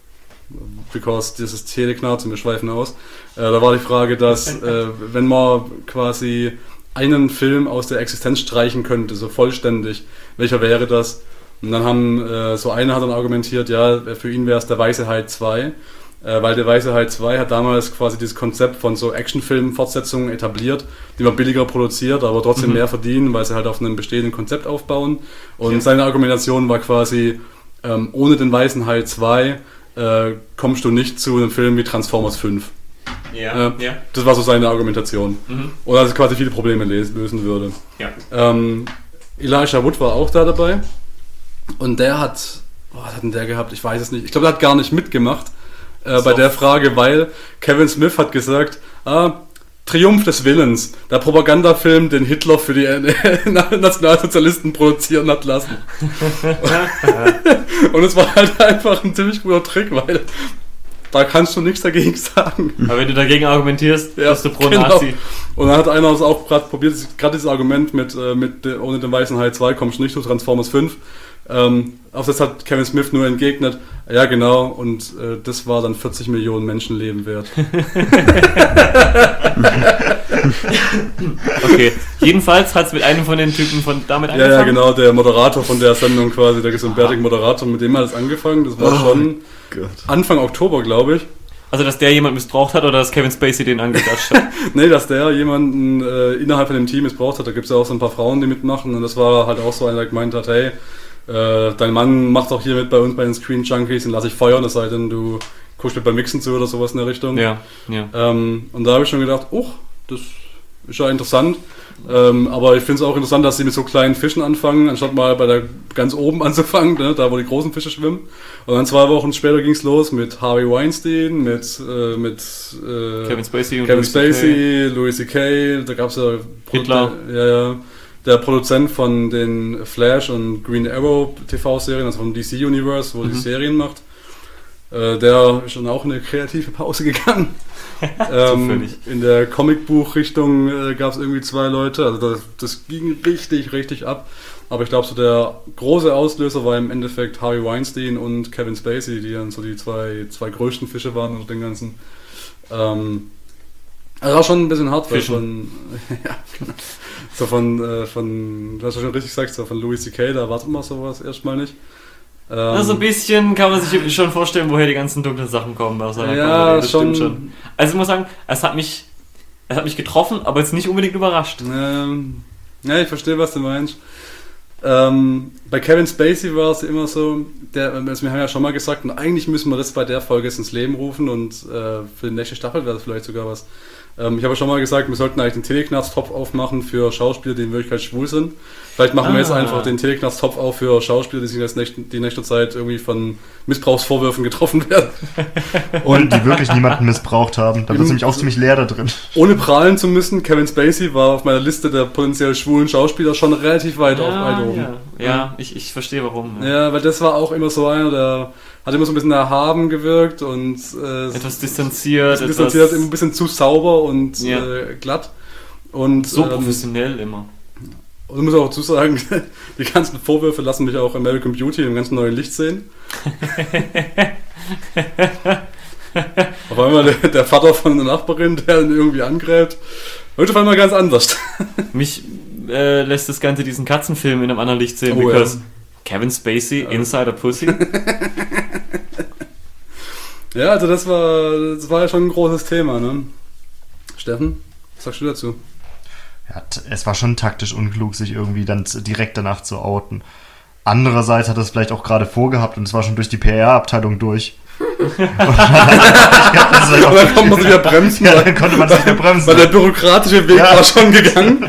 [SPEAKER 2] because dieses Teleknarz und wir schweifen aus, äh, da war die Frage, dass äh, wenn man quasi einen Film aus der Existenz streichen könnte, so vollständig, welcher wäre das? Und dann haben, äh, so einer hat dann argumentiert, ja, für ihn wäre es der Weiße Hai zwei, äh, weil der Weiße Hai zwei hat damals quasi dieses Konzept von so Actionfilm-Fortsetzungen etabliert, die man billiger produziert, aber trotzdem
[SPEAKER 1] Mhm.
[SPEAKER 2] mehr verdienen, weil sie halt auf einem bestehenden Konzept aufbauen. Und
[SPEAKER 1] Ja.
[SPEAKER 2] seine Argumentation war quasi, ähm, ohne den Weißen Hai zwei äh, kommst du nicht zu einem Film wie Transformers fünf.
[SPEAKER 1] Ja.
[SPEAKER 2] Äh,
[SPEAKER 1] Ja.
[SPEAKER 2] Das war so seine Argumentation.
[SPEAKER 1] Mhm.
[SPEAKER 2] Und dass es quasi viele Probleme les- lösen würde.
[SPEAKER 1] Ja.
[SPEAKER 2] Ähm, Elijah Wood war auch da dabei. Und der hat, oh, was hat denn der gehabt? Ich weiß es nicht. Ich glaube, der hat gar nicht mitgemacht äh, bei
[SPEAKER 1] So.
[SPEAKER 2] der Frage, weil Kevin Smith hat gesagt, ah, Triumph des Willens, der Propagandafilm, den Hitler für die Nationalsozialisten produzieren hat lassen. Und es war halt einfach ein ziemlich guter Trick, weil da kannst du nichts dagegen sagen.
[SPEAKER 1] Aber wenn du dagegen argumentierst,
[SPEAKER 2] Ja,
[SPEAKER 1] bist du pro
[SPEAKER 2] genau.
[SPEAKER 1] Nazi.
[SPEAKER 2] Und dann hat einer das auch gerade probiert, gerade dieses Argument mit, äh, mit äh, ohne den Weißen Hai zwei kommst du nicht zu Transformers fünf. Ähm, auf das hat Kevin Smith nur entgegnet, ja genau, und äh, das war dann vierzig Millionen Menschenleben wert.
[SPEAKER 1] Okay. Jedenfalls hat es mit einem von den Typen von damit
[SPEAKER 2] Ja,
[SPEAKER 1] angefangen.
[SPEAKER 2] ja, genau, der Moderator von der Sendung quasi, der ist so ein bärtiger Moderator, mit dem hat es angefangen, das war
[SPEAKER 5] Oh
[SPEAKER 2] schon
[SPEAKER 5] Gott.
[SPEAKER 2] Anfang Oktober, glaube ich.
[SPEAKER 1] Also, dass der jemand missbraucht hat oder dass Kevin Spacey den angedatscht hat.
[SPEAKER 2] Nee, dass der jemanden äh, innerhalb von dem Team missbraucht hat. Da gibt es ja auch so ein paar Frauen, die mitmachen. Und das war halt auch so einer, der gemeint hat, hey, äh, dein Mann macht auch hier mit bei uns bei den Screen Junkies, den lasse ich feuern, es sei denn, du guckst mit beim Mixen zu oder sowas in der Richtung.
[SPEAKER 1] Ja, ja.
[SPEAKER 2] Ähm, und da habe ich schon gedacht, oh, das ist ja interessant. Ähm, aber ich finde es auch interessant, dass sie mit so kleinen Fischen anfangen, anstatt mal bei der ganz oben anzufangen, ne, da wo die großen Fische schwimmen. Und dann zwei Wochen später ging es los mit Harvey Weinstein, mit, äh, mit äh,
[SPEAKER 1] Kevin Spacey und
[SPEAKER 2] Kevin
[SPEAKER 1] Louis C K.
[SPEAKER 2] Spacey, Louis C K, da gab es ja,
[SPEAKER 1] Hitler.
[SPEAKER 2] ja, ja der Produzent von den Flash und Green Arrow T V-Serien, also vom D C Universe, wo
[SPEAKER 1] Mhm.
[SPEAKER 2] die Serien macht. Äh, der ist dann auch in eine kreative Pause gegangen. ähm,
[SPEAKER 1] Zufällig.
[SPEAKER 2] in der Comicbuch-Richtung äh, gab es irgendwie zwei Leute, also das, das ging richtig, richtig ab. Aber ich glaube, so der große Auslöser war im Endeffekt Harvey Weinstein und Kevin Spacey, die dann so die zwei, zwei größten Fische waren unter den ganzen. Ähm, also war schon ein bisschen hart, weil
[SPEAKER 1] Fischen.
[SPEAKER 2] von, ja, genau. So von, äh, von, du hast ja schon richtig gesagt, so von Louis C K, da erwartet man sowas erstmal nicht. Ähm,
[SPEAKER 1] Also ein bisschen kann man sich schon vorstellen, woher die ganzen dunklen Sachen kommen. Aus seiner
[SPEAKER 2] Ja,
[SPEAKER 1] Karriere. Das
[SPEAKER 2] schon.
[SPEAKER 1] stimmt schon. Also ich muss sagen, es hat mich, es hat mich getroffen, aber jetzt nicht unbedingt überrascht.
[SPEAKER 2] Ähm, ja, ich verstehe, was du meinst. Ähm, bei Kevin Spacey war es immer so, der, also wir haben ja schon mal gesagt, und eigentlich müssen wir das bei der Folge jetzt ins Leben rufen und äh, für die nächste Staffel wäre das vielleicht sogar was. Ähm, ich habe ja schon mal gesagt, wir sollten eigentlich den Teleknarz-Topf aufmachen für Schauspieler, die in Wirklichkeit schwul sind. Vielleicht machen wir jetzt
[SPEAKER 1] Ah.
[SPEAKER 2] einfach den Teleknarz-Topf auf für Schauspieler, die sich in der nächsten, die nächste Zeit irgendwie von Missbrauchsvorwürfen getroffen werden.
[SPEAKER 3] Und die wirklich niemanden missbraucht haben. Da wird es nämlich auch ziemlich leer da drin.
[SPEAKER 2] Ohne prahlen zu müssen, Kevin Spacey war auf meiner Liste der potenziell schwulen Schauspieler schon relativ weit, auf, weit oben.
[SPEAKER 1] ja, ja ich, ich verstehe warum. Ja.
[SPEAKER 2] Ja, weil das war auch immer so einer, der hat immer so ein bisschen erhaben gewirkt und äh,
[SPEAKER 1] Etwas distanziert,
[SPEAKER 2] distanziert, immer ein
[SPEAKER 1] etwas,
[SPEAKER 2] bisschen zu sauber und
[SPEAKER 1] Ja.
[SPEAKER 2] äh, glatt. Und,
[SPEAKER 1] So
[SPEAKER 2] ähm,
[SPEAKER 1] professionell immer.
[SPEAKER 2] Und ich muss auch dazu sagen, die ganzen Vorwürfe lassen mich auch American Beauty im ganz neuen Licht sehen. Auf einmal der, der Vater von einer Nachbarin, der ihn irgendwie angreift. Heute auf einmal ganz anders.
[SPEAKER 1] Mich äh, lässt das Ganze diesen Katzenfilm in einem anderen Licht sehen,
[SPEAKER 2] Oh,
[SPEAKER 1] because
[SPEAKER 2] ja.
[SPEAKER 1] Kevin Spacey, Insider Pussy.
[SPEAKER 2] Ja, also das war, das war ja schon ein großes Thema, ne? Steffen, was sagst du dazu?
[SPEAKER 3] Ja, t- es war schon taktisch unklug, sich irgendwie dann z- direkt danach zu outen. Andererseits hat er es vielleicht auch gerade vorgehabt und es war schon durch die P R-Abteilung durch. Und dann, ich glaub, das ist vielleicht auch-
[SPEAKER 2] Und dann konnte man sich ja bremsen,
[SPEAKER 3] ja,
[SPEAKER 2] weil,
[SPEAKER 3] dann konnte man sich mehr bremsen.
[SPEAKER 2] weil der bürokratische Weg
[SPEAKER 3] Ja.
[SPEAKER 2] war schon gegangen.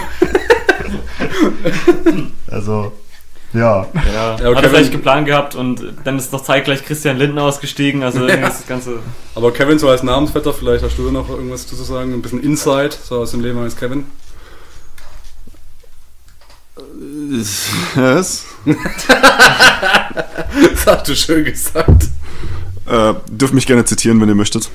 [SPEAKER 3] Also, ja.
[SPEAKER 1] Ja,
[SPEAKER 2] Ja,
[SPEAKER 1] hat
[SPEAKER 2] okay,
[SPEAKER 1] er
[SPEAKER 2] wenn-
[SPEAKER 1] vielleicht geplant gehabt und dann ist noch zeitgleich Christian Lindner ausgestiegen, also irgendwie ist das Ganze...
[SPEAKER 2] Aber Kevin, so als Namensvetter, vielleicht hast du da noch irgendwas zu sagen, ein bisschen Insight, so aus dem Leben eines Kevin.
[SPEAKER 5] Was?
[SPEAKER 2] Das hast du schön gesagt.
[SPEAKER 5] Äh, dürft mich gerne zitieren, wenn ihr möchtet.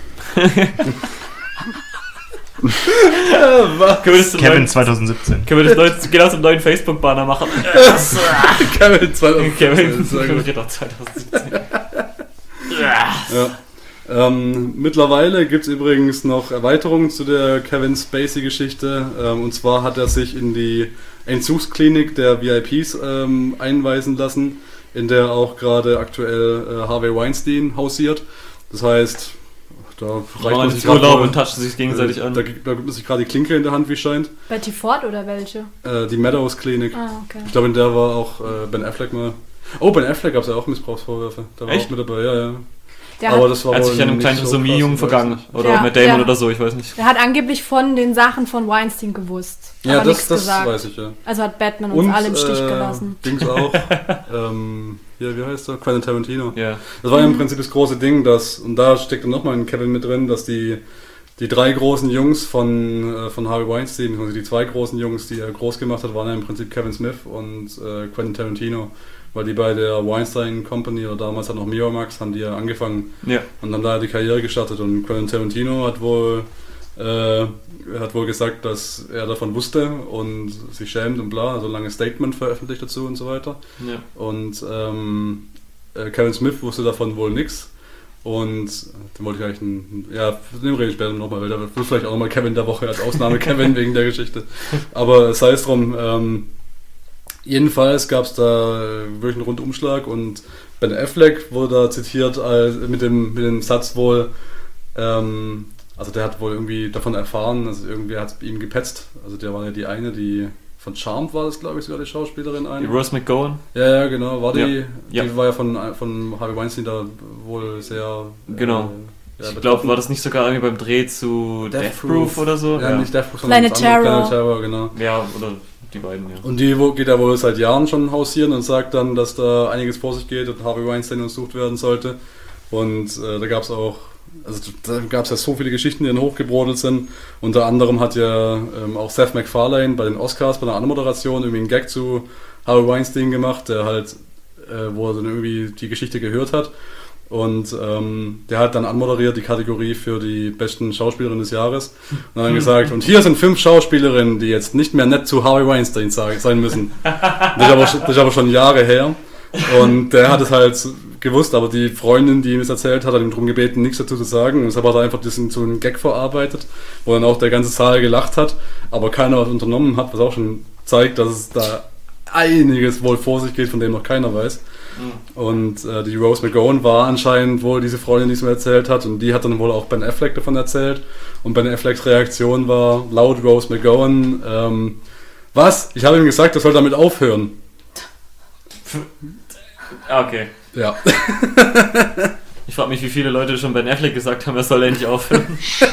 [SPEAKER 1] Können wir das zum
[SPEAKER 3] Kevin
[SPEAKER 1] neuen,
[SPEAKER 3] zwanzig siebzehn.
[SPEAKER 1] können wir das neue, genau zum neuen Facebook-Banner machen?
[SPEAKER 2] Kevin, zwei,
[SPEAKER 1] Kevin,
[SPEAKER 2] sehr gut.
[SPEAKER 1] doch zwanzig siebzehn.
[SPEAKER 2] Ja. Ähm, mittlerweile gibt es übrigens noch Erweiterungen zu der Kevin Spacey-Geschichte. Ähm, und zwar hat er sich in die Entzugsklinik der V I Ps ähm, einweisen lassen, in der auch gerade aktuell äh, Harvey Weinstein hausiert. Das heißt, da reicht
[SPEAKER 1] Machen
[SPEAKER 2] man
[SPEAKER 1] sich
[SPEAKER 2] sich
[SPEAKER 1] Urlaub
[SPEAKER 2] grad
[SPEAKER 1] und touchen sich gegenseitig
[SPEAKER 2] äh,
[SPEAKER 1] an.
[SPEAKER 2] Da, gibt- da gibt man sich gerade die Klinke in der Hand, wie es scheint.
[SPEAKER 4] Betty Ford oder welche?
[SPEAKER 2] Äh, die Meadows Klinik.
[SPEAKER 4] Ah, okay.
[SPEAKER 2] Ich glaube, in der war auch äh, Ben Affleck mal. Oh, Ben Affleck gab es ja auch Missbrauchsvorwürfe. Da war
[SPEAKER 1] Echt?
[SPEAKER 2] auch mit dabei, ja, ja.
[SPEAKER 4] Der
[SPEAKER 2] Aber
[SPEAKER 4] hat,
[SPEAKER 2] das war
[SPEAKER 1] Hat
[SPEAKER 2] wohl
[SPEAKER 1] sich an einem
[SPEAKER 2] nicht
[SPEAKER 1] kleinen
[SPEAKER 2] so
[SPEAKER 1] Trisomie-Jungen
[SPEAKER 2] krass,
[SPEAKER 1] vergangen.
[SPEAKER 2] weiß ich.
[SPEAKER 1] Oder
[SPEAKER 4] Ja,
[SPEAKER 1] mit Damon
[SPEAKER 4] ja.
[SPEAKER 1] oder so, ich weiß nicht.
[SPEAKER 4] der hat angeblich von den Sachen von Weinstein gewusst.
[SPEAKER 2] Ja,
[SPEAKER 4] aber
[SPEAKER 2] das,
[SPEAKER 4] nichts
[SPEAKER 2] das
[SPEAKER 4] gesagt.
[SPEAKER 2] weiß ich, ja.
[SPEAKER 4] Also hat Batman uns
[SPEAKER 2] Und
[SPEAKER 4] alle im Stich
[SPEAKER 2] äh,
[SPEAKER 4] gelassen.
[SPEAKER 2] Dings auch. ähm, hier, wie heißt er? Quentin Tarantino.
[SPEAKER 1] Ja.
[SPEAKER 2] Das war ja im Prinzip das große Ding, dass, und da steckt dann nochmal ein Kevin mit drin, dass die, die drei großen Jungs von, äh, von Harvey Weinstein, also die zwei großen Jungs, die er groß gemacht hat, waren ja im Prinzip Kevin Smith und äh, Quentin Tarantino. Weil die bei der Weinstein Company oder damals hat noch Miramax, haben die ja angefangen
[SPEAKER 1] Ja.
[SPEAKER 2] und haben da die Karriere gestartet. Und Quentin Tarantino hat wohl, äh, hat wohl gesagt, dass er davon wusste und sich schämt und bla, also ein langes Statement veröffentlicht dazu und so weiter.
[SPEAKER 1] Ja.
[SPEAKER 2] Und ähm, äh, Kevin Smith wusste davon wohl nichts. Und den wollte ich eigentlich, ein, ja, von dem rede ich später nochmal, weil da wird vielleicht auch nochmal Kevin der Woche als Ausnahme Kevin wegen der Geschichte. Aber sei es drum, ähm, jedenfalls gab es da wirklich einen Rundumschlag und Ben Affleck wurde da zitiert als, mit, dem, mit dem Satz wohl, ähm, also der hat wohl irgendwie davon erfahren, also irgendwer hat ihm gepetzt, also der war ja die eine, die von Charmed war das, glaube ich, sogar die Schauspielerin eine.
[SPEAKER 1] Die Rose McGowan.
[SPEAKER 2] Ja, ja, genau, war die,
[SPEAKER 1] Ja. Ja.
[SPEAKER 2] die war ja von, von Harvey Weinstein da wohl sehr...
[SPEAKER 1] Genau.
[SPEAKER 2] Äh, ja,
[SPEAKER 1] Ich glaube, war das nicht sogar irgendwie beim Dreh zu
[SPEAKER 2] Death
[SPEAKER 1] Death,
[SPEAKER 2] Proof.
[SPEAKER 1] Proof oder so?
[SPEAKER 2] Ja, nicht Death Proof, sondern
[SPEAKER 4] Planet
[SPEAKER 2] das andere,
[SPEAKER 4] Terror.
[SPEAKER 2] Planet Terror, genau.
[SPEAKER 1] Ja, oder die beiden, ja.
[SPEAKER 2] Und die wo- geht ja wohl seit Jahren schon hausieren und sagt dann, dass da einiges vor sich geht und Harvey Weinstein untersucht werden sollte. Und äh, da gab es auch, also da gab es ja so viele Geschichten, die dann hochgebrodelt sind. Unter anderem hat ja ähm, auch Seth MacFarlane bei den Oscars, bei einer Anmoderation irgendwie einen Gag zu Harvey Weinstein gemacht, der halt, äh, wo er dann irgendwie die Geschichte gehört hat. Und ähm, der hat dann anmoderiert die Kategorie für die besten Schauspielerinnen des Jahres und hat dann gesagt, und hier sind fünf Schauspielerinnen, die jetzt nicht mehr nett zu Harvey Weinstein sein müssen. Das ist aber, schon- das ist aber schon Jahre her. Und der hat es halt gewusst, aber die Freundin, die ihm das erzählt hat, hat ihm darum gebeten, nichts dazu zu sagen. Und deshalb hat er einfach das in so einen Gag verarbeitet, wo dann auch der ganze Saal gelacht hat, aber keiner was unternommen hat, was auch schon zeigt, dass es da einiges wohl vor sich geht, von dem noch keiner weiß. Und äh, die Rose McGowan war anscheinend wohl diese Freundin, die es mir erzählt hat, und die hat dann wohl auch Ben Affleck davon erzählt. Und Ben Afflecks Reaktion war laut Rose McGowan, ähm, was? Ich habe ihm gesagt, er soll damit aufhören.
[SPEAKER 1] Ah, okay.
[SPEAKER 2] Ja.
[SPEAKER 1] Ich frage mich, wie viele Leute schon Ben Affleck gesagt haben, er soll endlich aufhören.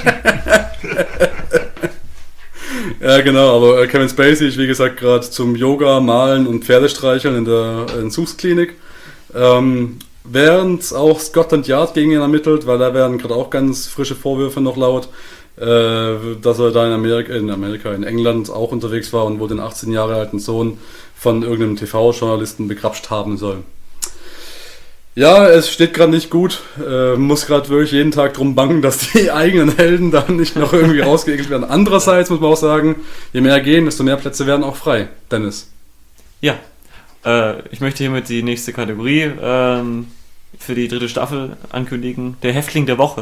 [SPEAKER 2] Ja, genau, aber äh, Kevin Spacey ist wie gesagt gerade zum Yoga, Malen und Pferdestreicheln in der Entzugsklinik. Ähm, während auch Scotland Yard gegen ihn ermittelt, weil da werden gerade auch ganz frische Vorwürfe noch laut, äh, dass er da in Amerika, in Amerika, in England auch unterwegs war und wohl den achtzehn Jahre alten Sohn von irgendeinem T V-Journalisten begrapscht haben soll. Ja, es steht gerade nicht gut. Äh, muss gerade wirklich jeden Tag drum bangen, dass die eigenen Helden da nicht noch irgendwie rausgeekelt werden. Andererseits muss man auch sagen, je mehr gehen, desto mehr Plätze werden auch frei. Dennis.
[SPEAKER 1] Ja, äh, ich möchte hiermit die nächste Kategorie ähm, für die dritte Staffel ankündigen. Der Häftling der Woche.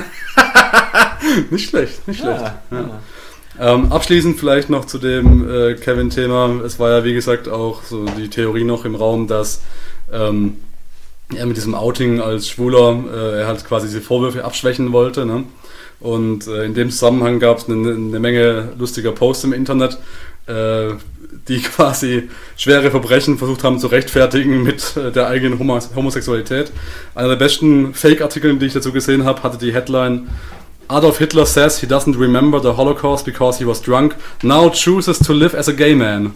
[SPEAKER 2] Nicht schlecht, nicht schlecht.
[SPEAKER 1] Ja,
[SPEAKER 2] Ja.
[SPEAKER 1] ja.
[SPEAKER 2] Ähm, abschließend vielleicht noch zu dem äh, Kevin-Thema. Es war ja wie gesagt auch so die Theorie noch im Raum, dass ähm, er mit diesem Outing als Schwuler, äh, er halt quasi diese Vorwürfe abschwächen wollte. Ne? Und äh, in dem Zusammenhang gab es eine, eine Menge lustiger Posts im Internet, äh, die quasi schwere Verbrechen versucht haben zu rechtfertigen mit äh, der eigenen Homo- Homosexualität. Einer der besten Fake-Artikel, die ich dazu gesehen habe, hatte die Headline: Adolf Hitler says he doesn't remember the Holocaust because he was drunk, now chooses to live as a gay man.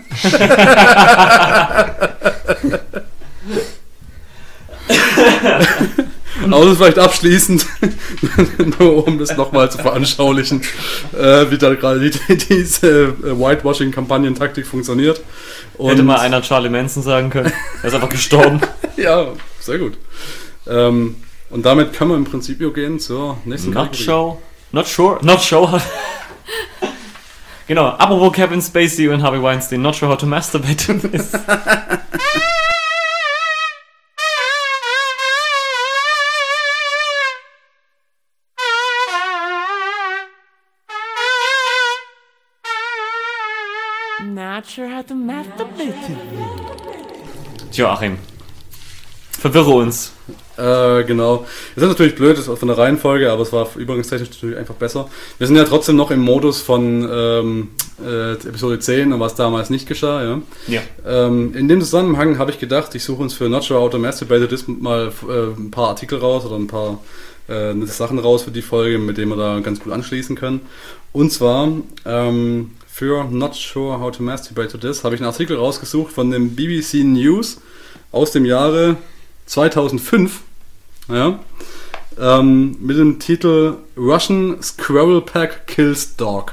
[SPEAKER 2] Aber das ist vielleicht abschließend, nur um das nochmal zu veranschaulichen, äh, wie da gerade die, diese äh, Whitewashing-Kampagnentaktik funktioniert. Und
[SPEAKER 1] Hätte mal einer Charlie Manson sagen können. Er ist einfach gestorben.
[SPEAKER 2] ja, sehr gut. Ähm, und damit können wir im Prinzip gehen zur nächsten
[SPEAKER 1] Not
[SPEAKER 2] Kategorie.
[SPEAKER 1] show. Not sure. Not show. Genau. Apropos Kevin Spacey und Harvey Weinstein. Not sure how to masturbate in this.
[SPEAKER 6] Not sure how to masturbate.
[SPEAKER 1] Joachim. Verwirre uns.
[SPEAKER 2] Äh, genau. Das ist natürlich blöd, das ist von der Reihenfolge, aber es war übergangstechnisch natürlich einfach besser. Wir sind ja trotzdem noch im Modus von ähm, äh, Episode zehn und was damals nicht geschah. Ja.
[SPEAKER 1] Ja.
[SPEAKER 2] Ähm, in dem Zusammenhang habe ich gedacht, ich suche uns für Not Sure How to Masturbate This mal äh, ein paar Artikel raus oder ein paar äh, Sachen raus für die Folge, mit denen wir da ganz gut anschließen können. Und zwar ähm, für Not Sure How to Masturbate This habe ich einen Artikel rausgesucht von dem B B C News aus dem Jahre zweitausendfünf, ja, ähm, mit dem Titel Russian Squirrel Pack Kills Dog.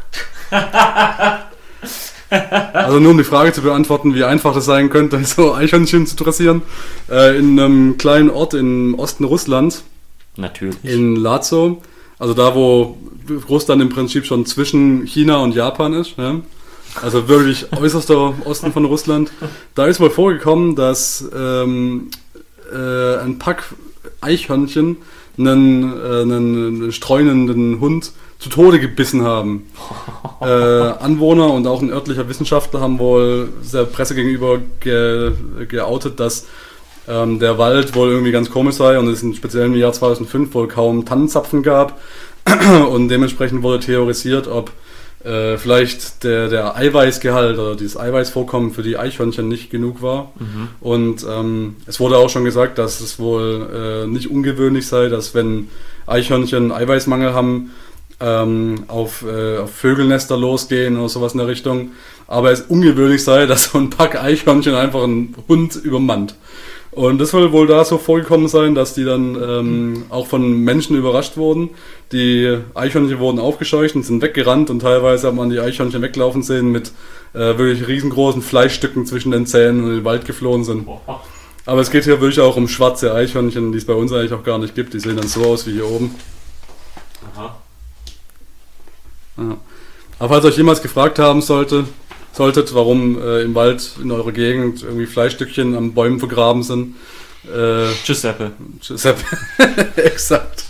[SPEAKER 2] Also nur um die Frage zu beantworten, wie einfach das sein könnte, so Eichhörnchen zu dressieren. Äh, in einem kleinen Ort im Osten Russlands,
[SPEAKER 1] Natürlich.
[SPEAKER 2] in Lazo, also da, wo Russland im Prinzip schon zwischen China und Japan ist, ja. Also wirklich äußerster Osten von Russland. Da ist wohl vorgekommen, dass ähm, äh, ein Pack Eichhörnchen einen, äh, einen streunenden Hund zu Tode gebissen haben. Äh, Anwohner und auch ein örtlicher Wissenschaftler haben wohl der Presse gegenüber ge, geoutet, dass ähm, der Wald wohl irgendwie ganz komisch sei und es in speziell im Jahr zweitausendfünf wohl kaum Tannenzapfen gab und dementsprechend wurde theorisiert, ob äh, vielleicht der, der Eiweißgehalt oder dieses Eiweißvorkommen für die Eichhörnchen nicht genug war. Mhm. Und ähm, es wurde auch schon gesagt, dass es wohl äh, nicht ungewöhnlich sei, dass wenn Eichhörnchen Eiweißmangel haben, ähm, auf, äh, auf Vögelnester losgehen oder sowas in der Richtung. Aber es ungewöhnlich sei, dass so ein Pack Eichhörnchen einfach einen Hund übermannt. Und das soll wohl da so vorgekommen sein, dass die dann ähm, auch von Menschen überrascht wurden. Die Eichhörnchen wurden aufgescheucht und sind weggerannt und teilweise hat man die Eichhörnchen weglaufen sehen mit äh, wirklich riesengroßen Fleischstücken zwischen den Zähnen und in den Wald geflohen sind. Aber es geht hier wirklich auch um schwarze Eichhörnchen, die es bei uns eigentlich auch gar nicht gibt. Die sehen dann so aus wie hier oben.
[SPEAKER 1] Aha.
[SPEAKER 2] Ja. Aber falls euch jemals gefragt haben sollte, solltet, warum äh, im Wald in eurer Gegend irgendwie Fleischstückchen an Bäumen vergraben sind. Äh,
[SPEAKER 1] Giuseppe.
[SPEAKER 2] Giuseppe. Exakt.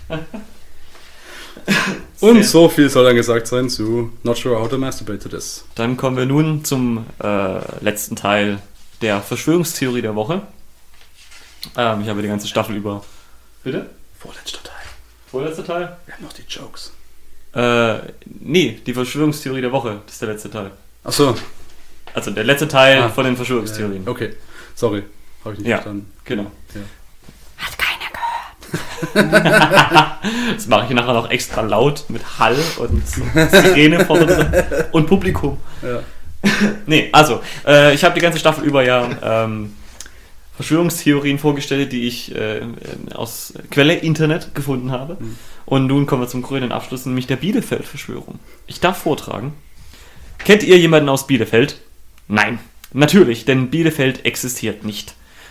[SPEAKER 2] Und so viel soll dann gesagt sein zu Not Sure How to Masturbate to This.
[SPEAKER 1] Dann kommen wir nun zum äh, letzten Teil der Verschwörungstheorie der Woche. Ähm, ich habe die ganze Staffel über... Bitte?
[SPEAKER 2] Vorletzter Teil.
[SPEAKER 1] Vorletzter Teil?
[SPEAKER 2] Wir haben noch die Jokes.
[SPEAKER 1] Äh, nee, die Verschwörungstheorie der Woche. Das ist der letzte Teil.
[SPEAKER 2] Achso.
[SPEAKER 1] Also der letzte Teil
[SPEAKER 2] Ah.
[SPEAKER 1] von den Verschwörungstheorien.
[SPEAKER 2] Äh, okay, sorry. Habe ich nicht
[SPEAKER 1] Ja,
[SPEAKER 2] verstanden.
[SPEAKER 1] genau.
[SPEAKER 2] Ja.
[SPEAKER 4] Hat keiner gehört.
[SPEAKER 1] Das mache ich nachher noch extra laut mit Hall und Sirene vorne drin und Publikum.
[SPEAKER 2] Ja.
[SPEAKER 1] Nee, also, äh, ich habe die ganze Staffel über ja ähm, Verschwörungstheorien vorgestellt, die ich äh, aus Quelle Internet gefunden habe. Mhm. Und nun kommen wir zum grünen Abschluss, nämlich der Bielefeld-Verschwörung. Ich darf vortragen. Kennt ihr jemanden aus Bielefeld? Nein, natürlich, denn Bielefeld existiert nicht.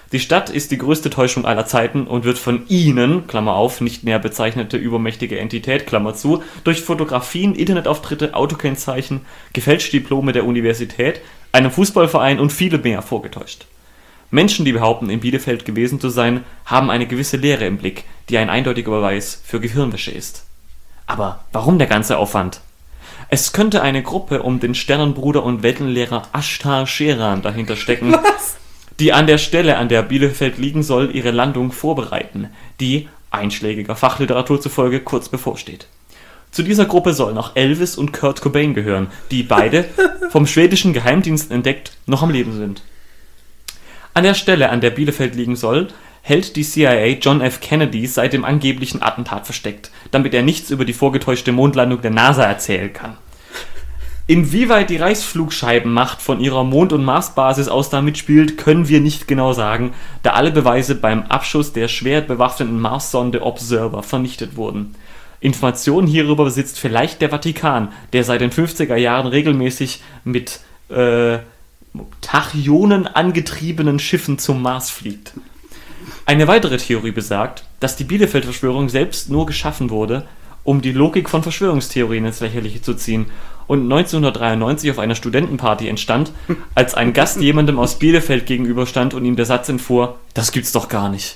[SPEAKER 1] Die Stadt ist die größte Täuschung aller Zeiten und wird von ihnen, Klammer auf, nicht näher bezeichnete übermächtige Entität, Klammer zu, durch Fotografien, Internetauftritte, Autokennzeichen, gefälschte Diplome der Universität, einem Fußballverein und viele mehr vorgetäuscht. Menschen, die behaupten, in Bielefeld gewesen zu sein, haben eine gewisse Leere im Blick, die ein eindeutiger Beweis für Gehirnwäsche ist. Aber warum der ganze Aufwand? Es könnte eine Gruppe um den Sternenbruder und Weltenlehrer Ashtar Sheran dahinter stecken, Was? die an der Stelle, an der Bielefeld liegen soll, ihre Landung vorbereiten, die, einschlägiger Fachliteratur zufolge, kurz bevorsteht. Zu dieser Gruppe sollen auch Elvis und Kurt Cobain gehören, die beide, vom schwedischen Geheimdienst entdeckt, noch am Leben sind. An der Stelle, an der Bielefeld liegen soll, hält die C I A John F. Kennedy seit dem angeblichen Attentat versteckt, damit er nichts über die vorgetäuschte Mondlandung der NASA erzählen kann. Inwieweit die Reichsflugscheibenmacht von ihrer Mond- und Marsbasis aus da mitspielt, können wir nicht genau sagen, da alle Beweise beim Abschuss der schwer bewaffneten Marssonde Observer vernichtet wurden. Informationen hierüber besitzt vielleicht der Vatikan, der seit den fünfziger Jahren regelmäßig mit äh, Tachyonen angetriebenen Schiffen zum Mars fliegt. Eine weitere Theorie besagt, dass die Bielefeld-Verschwörung selbst nur geschaffen wurde, um die Logik von Verschwörungstheorien ins Lächerliche zu ziehen und neunzehnhundertdreiundneunzig auf einer Studentenparty entstand, als ein Gast jemandem aus Bielefeld gegenüberstand und ihm der Satz entfuhr, das gibt's doch gar nicht.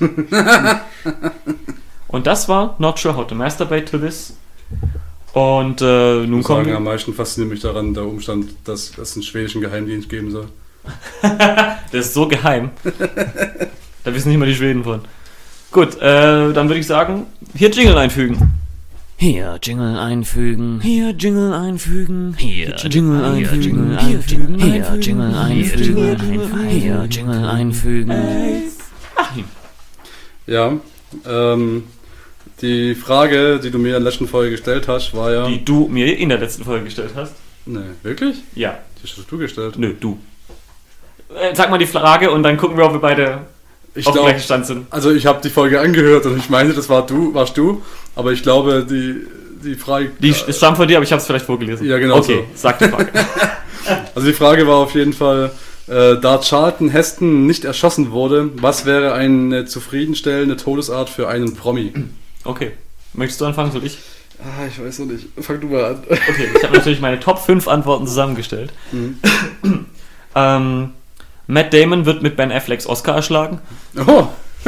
[SPEAKER 1] Und das war Not Sure How to Masturbate to This. Und äh, nun
[SPEAKER 2] ich
[SPEAKER 1] kommen
[SPEAKER 2] sagen, am meisten fasziniert mich daran der Umstand, dass es einen schwedischen Geheimdienst geben soll.
[SPEAKER 1] Der ist so geheim. Da wissen nicht mal die Schweden von. Gut, äh, dann würde ich sagen, hier Jingle einfügen.
[SPEAKER 6] Hier Jingle einfügen. Hier Jingle einfügen. Hier Jingle einfügen. Hier Jingle einfügen. Hier Jingle einfügen.
[SPEAKER 1] Achim.
[SPEAKER 2] Ja, ähm, die Frage, die du mir in der letzten Folge gestellt hast, war ja...
[SPEAKER 1] Die du mir in der letzten Folge gestellt hast?
[SPEAKER 2] Nee, wirklich?
[SPEAKER 1] Ja.
[SPEAKER 2] Die hast du gestellt?
[SPEAKER 1] Nö, du. Äh, sag mal die Frage und dann gucken wir, ob wir beide
[SPEAKER 2] ich
[SPEAKER 1] auf dem
[SPEAKER 2] glaub,
[SPEAKER 1] gleichen Stand sind.
[SPEAKER 2] Also ich habe die Folge angehört und ich meine, das war du, warst du, aber ich glaube, die, die Frage...
[SPEAKER 1] Die äh, stammt von dir, aber ich habe es vielleicht vorgelesen.
[SPEAKER 2] Ja, genau.
[SPEAKER 1] Okay, so. Sag die Frage.
[SPEAKER 2] Also die Frage war auf jeden Fall, äh, da Charlton Heston nicht erschossen wurde, was wäre eine zufriedenstellende Todesart für einen Promi?
[SPEAKER 1] Okay. Möchtest du anfangen, soll ich?
[SPEAKER 2] Ah, ich weiß noch nicht. Fang du mal an.
[SPEAKER 1] Okay, ich habe natürlich meine Top fünf Antworten zusammengestellt. Mhm. ähm, Matt Damon wird mit Ben Afflecks Oscar erschlagen.
[SPEAKER 2] Oh.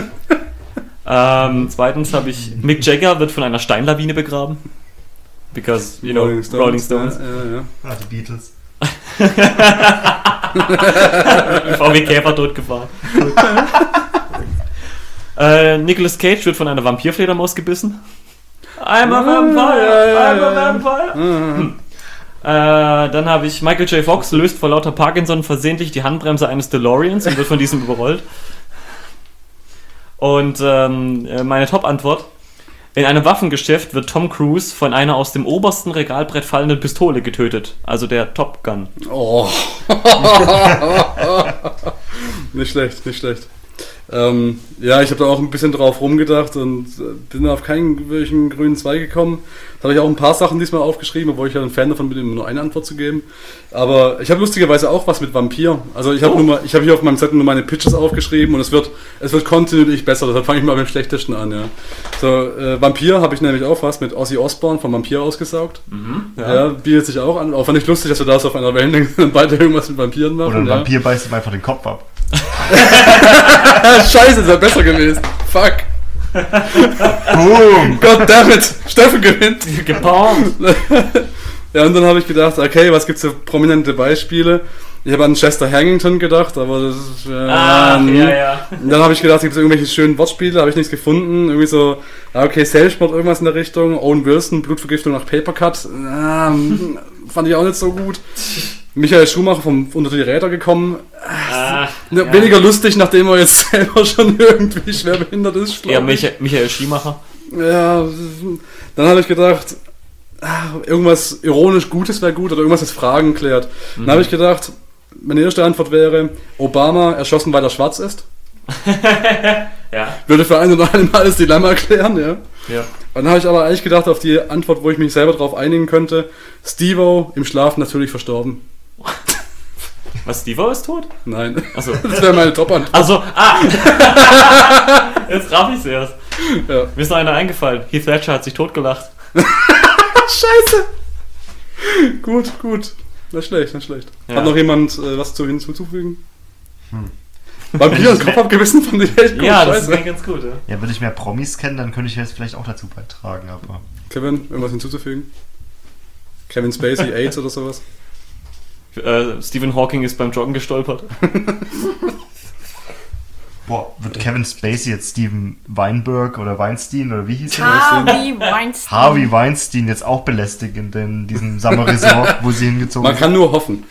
[SPEAKER 1] ähm, zweitens habe ich Mick Jagger wird von einer Steinlawine begraben. Because, you know, Rolling Stones. Rolling Stones.
[SPEAKER 3] Ja, ja, ja. Ah, die Beatles.
[SPEAKER 1] V W Käfer totgefahren. äh, Nicolas Cage wird von einer Vampirfledermaus gebissen. I'm a vampire, I'm a vampire. Hm. Äh, dann habe ich Michael J. Fox löst vor lauter Parkinson versehentlich die Handbremse eines DeLoreans und wird von diesem überrollt. Und ähm, meine Top-Antwort: In einem Waffengeschäft wird Tom Cruise von einer aus dem obersten Regalbrett fallenden Pistole getötet. Also der Top Gun.
[SPEAKER 2] Oh. Nicht schlecht, nicht schlecht. Ähm, ja, ich habe da auch ein bisschen drauf rumgedacht und bin auf keinen wirklichen grünen Zweig gekommen. Da habe ich auch ein paar Sachen diesmal aufgeschrieben, obwohl ich ja ein Fan davon bin, immer nur eine Antwort zu geben. Aber ich habe lustigerweise auch was mit Vampir. Also ich habe oh. hab hier auf meinem Zettel nur meine Pitches aufgeschrieben und es wird, es wird kontinuierlich besser. Deshalb fange ich mal beim Schlechtesten an. Ja. So, äh, Vampir habe ich nämlich auch was mit Ozzy Osbourne von Vampir ausgesaugt. Mhm, ja. ja, bietet sich auch an. Auch fand ich lustig, dass wir da so auf einer Wellenlänge und beide irgendwas mit Vampiren machen.
[SPEAKER 3] Oder ein
[SPEAKER 2] ja.
[SPEAKER 3] Vampir beißt ihm einfach den Kopf ab.
[SPEAKER 2] Scheiße, das wäre besser gewesen. Fuck. Boom. Goddammit. Steffen gewinnt.
[SPEAKER 1] Gepaunt.
[SPEAKER 2] Ja, und dann habe ich gedacht, okay, was gibt's für prominente Beispiele? Ich habe an Chester Hannington gedacht, aber das ist... Äh,
[SPEAKER 1] ah, ja, ja.
[SPEAKER 2] Und dann habe ich gedacht, gibt es irgendwelche schönen Wortspiele, habe ich nichts gefunden. Irgendwie so, okay, Selbstmord, irgendwas in der Richtung. Owen Wilson, Blutvergiftung nach Papercut. Ähm, fand ich auch nicht so gut. Michael Schumacher vom Unter die Räder gekommen.
[SPEAKER 1] Ah,
[SPEAKER 2] ja. Weniger lustig, nachdem er jetzt selber schon irgendwie schwer behindert ist.
[SPEAKER 1] Ja, Michael, Michael Schumacher.
[SPEAKER 2] Ja, dann habe ich gedacht, irgendwas ironisch Gutes wäre gut oder irgendwas, das Fragen klärt. Mhm. Dann habe ich gedacht, meine erste Antwort wäre, Obama erschossen, weil er schwarz ist.
[SPEAKER 1] Ja.
[SPEAKER 2] Würde für ein und einmal das Dilemma erklären, ja.
[SPEAKER 1] Ja.
[SPEAKER 2] Und dann habe ich aber eigentlich gedacht, auf die Antwort, wo ich mich selber drauf einigen könnte, Steve-O im Schlaf natürlich verstorben.
[SPEAKER 1] Was, Steve-O ist tot?
[SPEAKER 2] Nein.
[SPEAKER 1] Achso.
[SPEAKER 2] Das wäre meine Top-Antwort.
[SPEAKER 1] Also, ah! Jetzt raff ich's erst.
[SPEAKER 2] Ja.
[SPEAKER 1] Mir ist noch einer eingefallen. Heath Ledger hat sich totgelacht.
[SPEAKER 2] Scheiße! Gut, gut. Nicht schlecht, nicht schlecht.
[SPEAKER 1] Ja.
[SPEAKER 2] Hat noch jemand äh, was zu hinzuzufügen? Hm. Vampir und Kopf abgebissen fand ich echt gut.
[SPEAKER 1] Ja, das
[SPEAKER 2] Scheiße.
[SPEAKER 1] ist mir ganz gut. Ja.
[SPEAKER 3] Ja, würde ich mehr Promis kennen, dann könnte ich jetzt vielleicht auch dazu beitragen, aber...
[SPEAKER 2] Kevin, irgendwas hinzuzufügen? Kevin Spacey, AIDS oder sowas?
[SPEAKER 1] Äh, Stephen Hawking ist beim Joggen gestolpert.
[SPEAKER 3] Boah, wird Kevin Spacey jetzt Steven Weinberg oder Weinstein oder wie hieß er?
[SPEAKER 4] Harvey Weinstein.
[SPEAKER 3] Harvey Weinstein jetzt auch belästigen in diesem Summer-Resort, wo sie hingezogen
[SPEAKER 2] Man kann nur hoffen.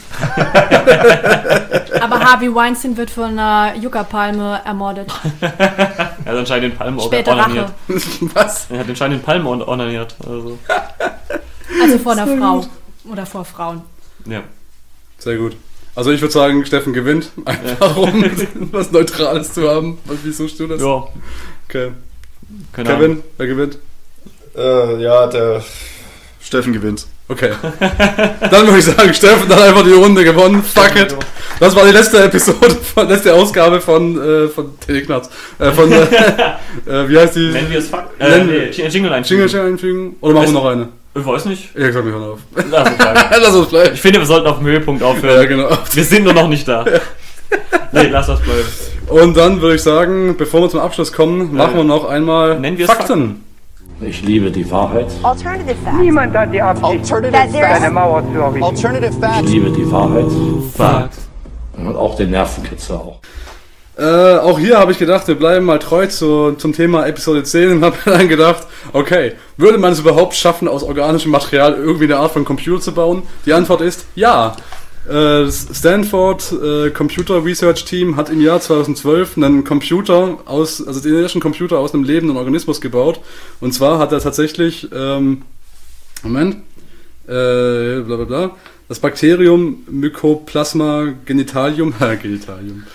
[SPEAKER 4] Aber Harvey Weinstein wird von einer Yucca-Palme ermordet.
[SPEAKER 1] Er hat anscheinend den Palm
[SPEAKER 4] Später
[SPEAKER 1] ornaniert.
[SPEAKER 2] Was?
[SPEAKER 1] Er hat anscheinend den Palm or- ornaniert. Also,
[SPEAKER 4] Also vor einer Frau. Oder vor Frauen.
[SPEAKER 1] ja.
[SPEAKER 2] Sehr gut. Also ich würde sagen, Steffen gewinnt. Einfach um was Neutrales zu haben. Wie suchst du das?
[SPEAKER 1] Ja,
[SPEAKER 2] Okay.
[SPEAKER 1] keine
[SPEAKER 2] Kevin,
[SPEAKER 1] Ahnung.
[SPEAKER 2] wer gewinnt?
[SPEAKER 5] Äh, ja, der Steffen gewinnt.
[SPEAKER 2] Okay. Dann würde ich sagen, Steffen hat einfach die Runde gewonnen. Fuck it. Das war die letzte Episode, von, letzte Ausgabe von, äh, von Teleknarz. Äh, von, äh, äh, wie heißt die?
[SPEAKER 1] Nennen wir es Fuck. Äh,
[SPEAKER 2] Nennen
[SPEAKER 1] nee,
[SPEAKER 2] wir-
[SPEAKER 1] Jingle Jingle einfügen.
[SPEAKER 2] Jingle schnell einfügen? Oder machen wir noch eine?
[SPEAKER 1] Ich weiß nicht.
[SPEAKER 2] Ich sag, wir hören auf.
[SPEAKER 1] Lass uns bleiben.
[SPEAKER 2] Lass uns bleiben.
[SPEAKER 1] Ich finde, wir sollten auf dem Höhepunkt aufhören.
[SPEAKER 2] Ja, genau.
[SPEAKER 1] Wir sind nur noch nicht da. Nee, lass das bleiben.
[SPEAKER 2] Und dann würde ich sagen, bevor wir zum Abschluss kommen, machen wir noch einmal
[SPEAKER 1] Nennen wir es
[SPEAKER 2] Fakten.
[SPEAKER 7] Ich liebe die Wahrheit.
[SPEAKER 8] Alternative facts.
[SPEAKER 9] Niemand hat die Absicht,
[SPEAKER 8] Alternative
[SPEAKER 9] eine
[SPEAKER 8] facts.
[SPEAKER 9] Mauer zu errichten.
[SPEAKER 8] Alternative
[SPEAKER 7] Ich
[SPEAKER 8] facts.
[SPEAKER 7] liebe die Wahrheit.
[SPEAKER 1] Fuck.
[SPEAKER 7] Und auch den Nervenkitzel auch.
[SPEAKER 2] Äh, auch hier habe ich gedacht, wir bleiben mal treu zu, zum Thema Episode zehn und habe dann gedacht, okay, würde man es überhaupt schaffen, aus organischem Material irgendwie eine Art von Computer zu bauen? Die Antwort ist ja. Äh, das Stanford äh, Computer Research Team hat im Jahr zweitausendzwölf einen Computer aus, also den ersten Computer aus einem lebenden Organismus gebaut. Und zwar hat er tatsächlich, ähm, Moment, äh, bla bla bla, das Bakterium Mycoplasma genitalium, äh, genitalium,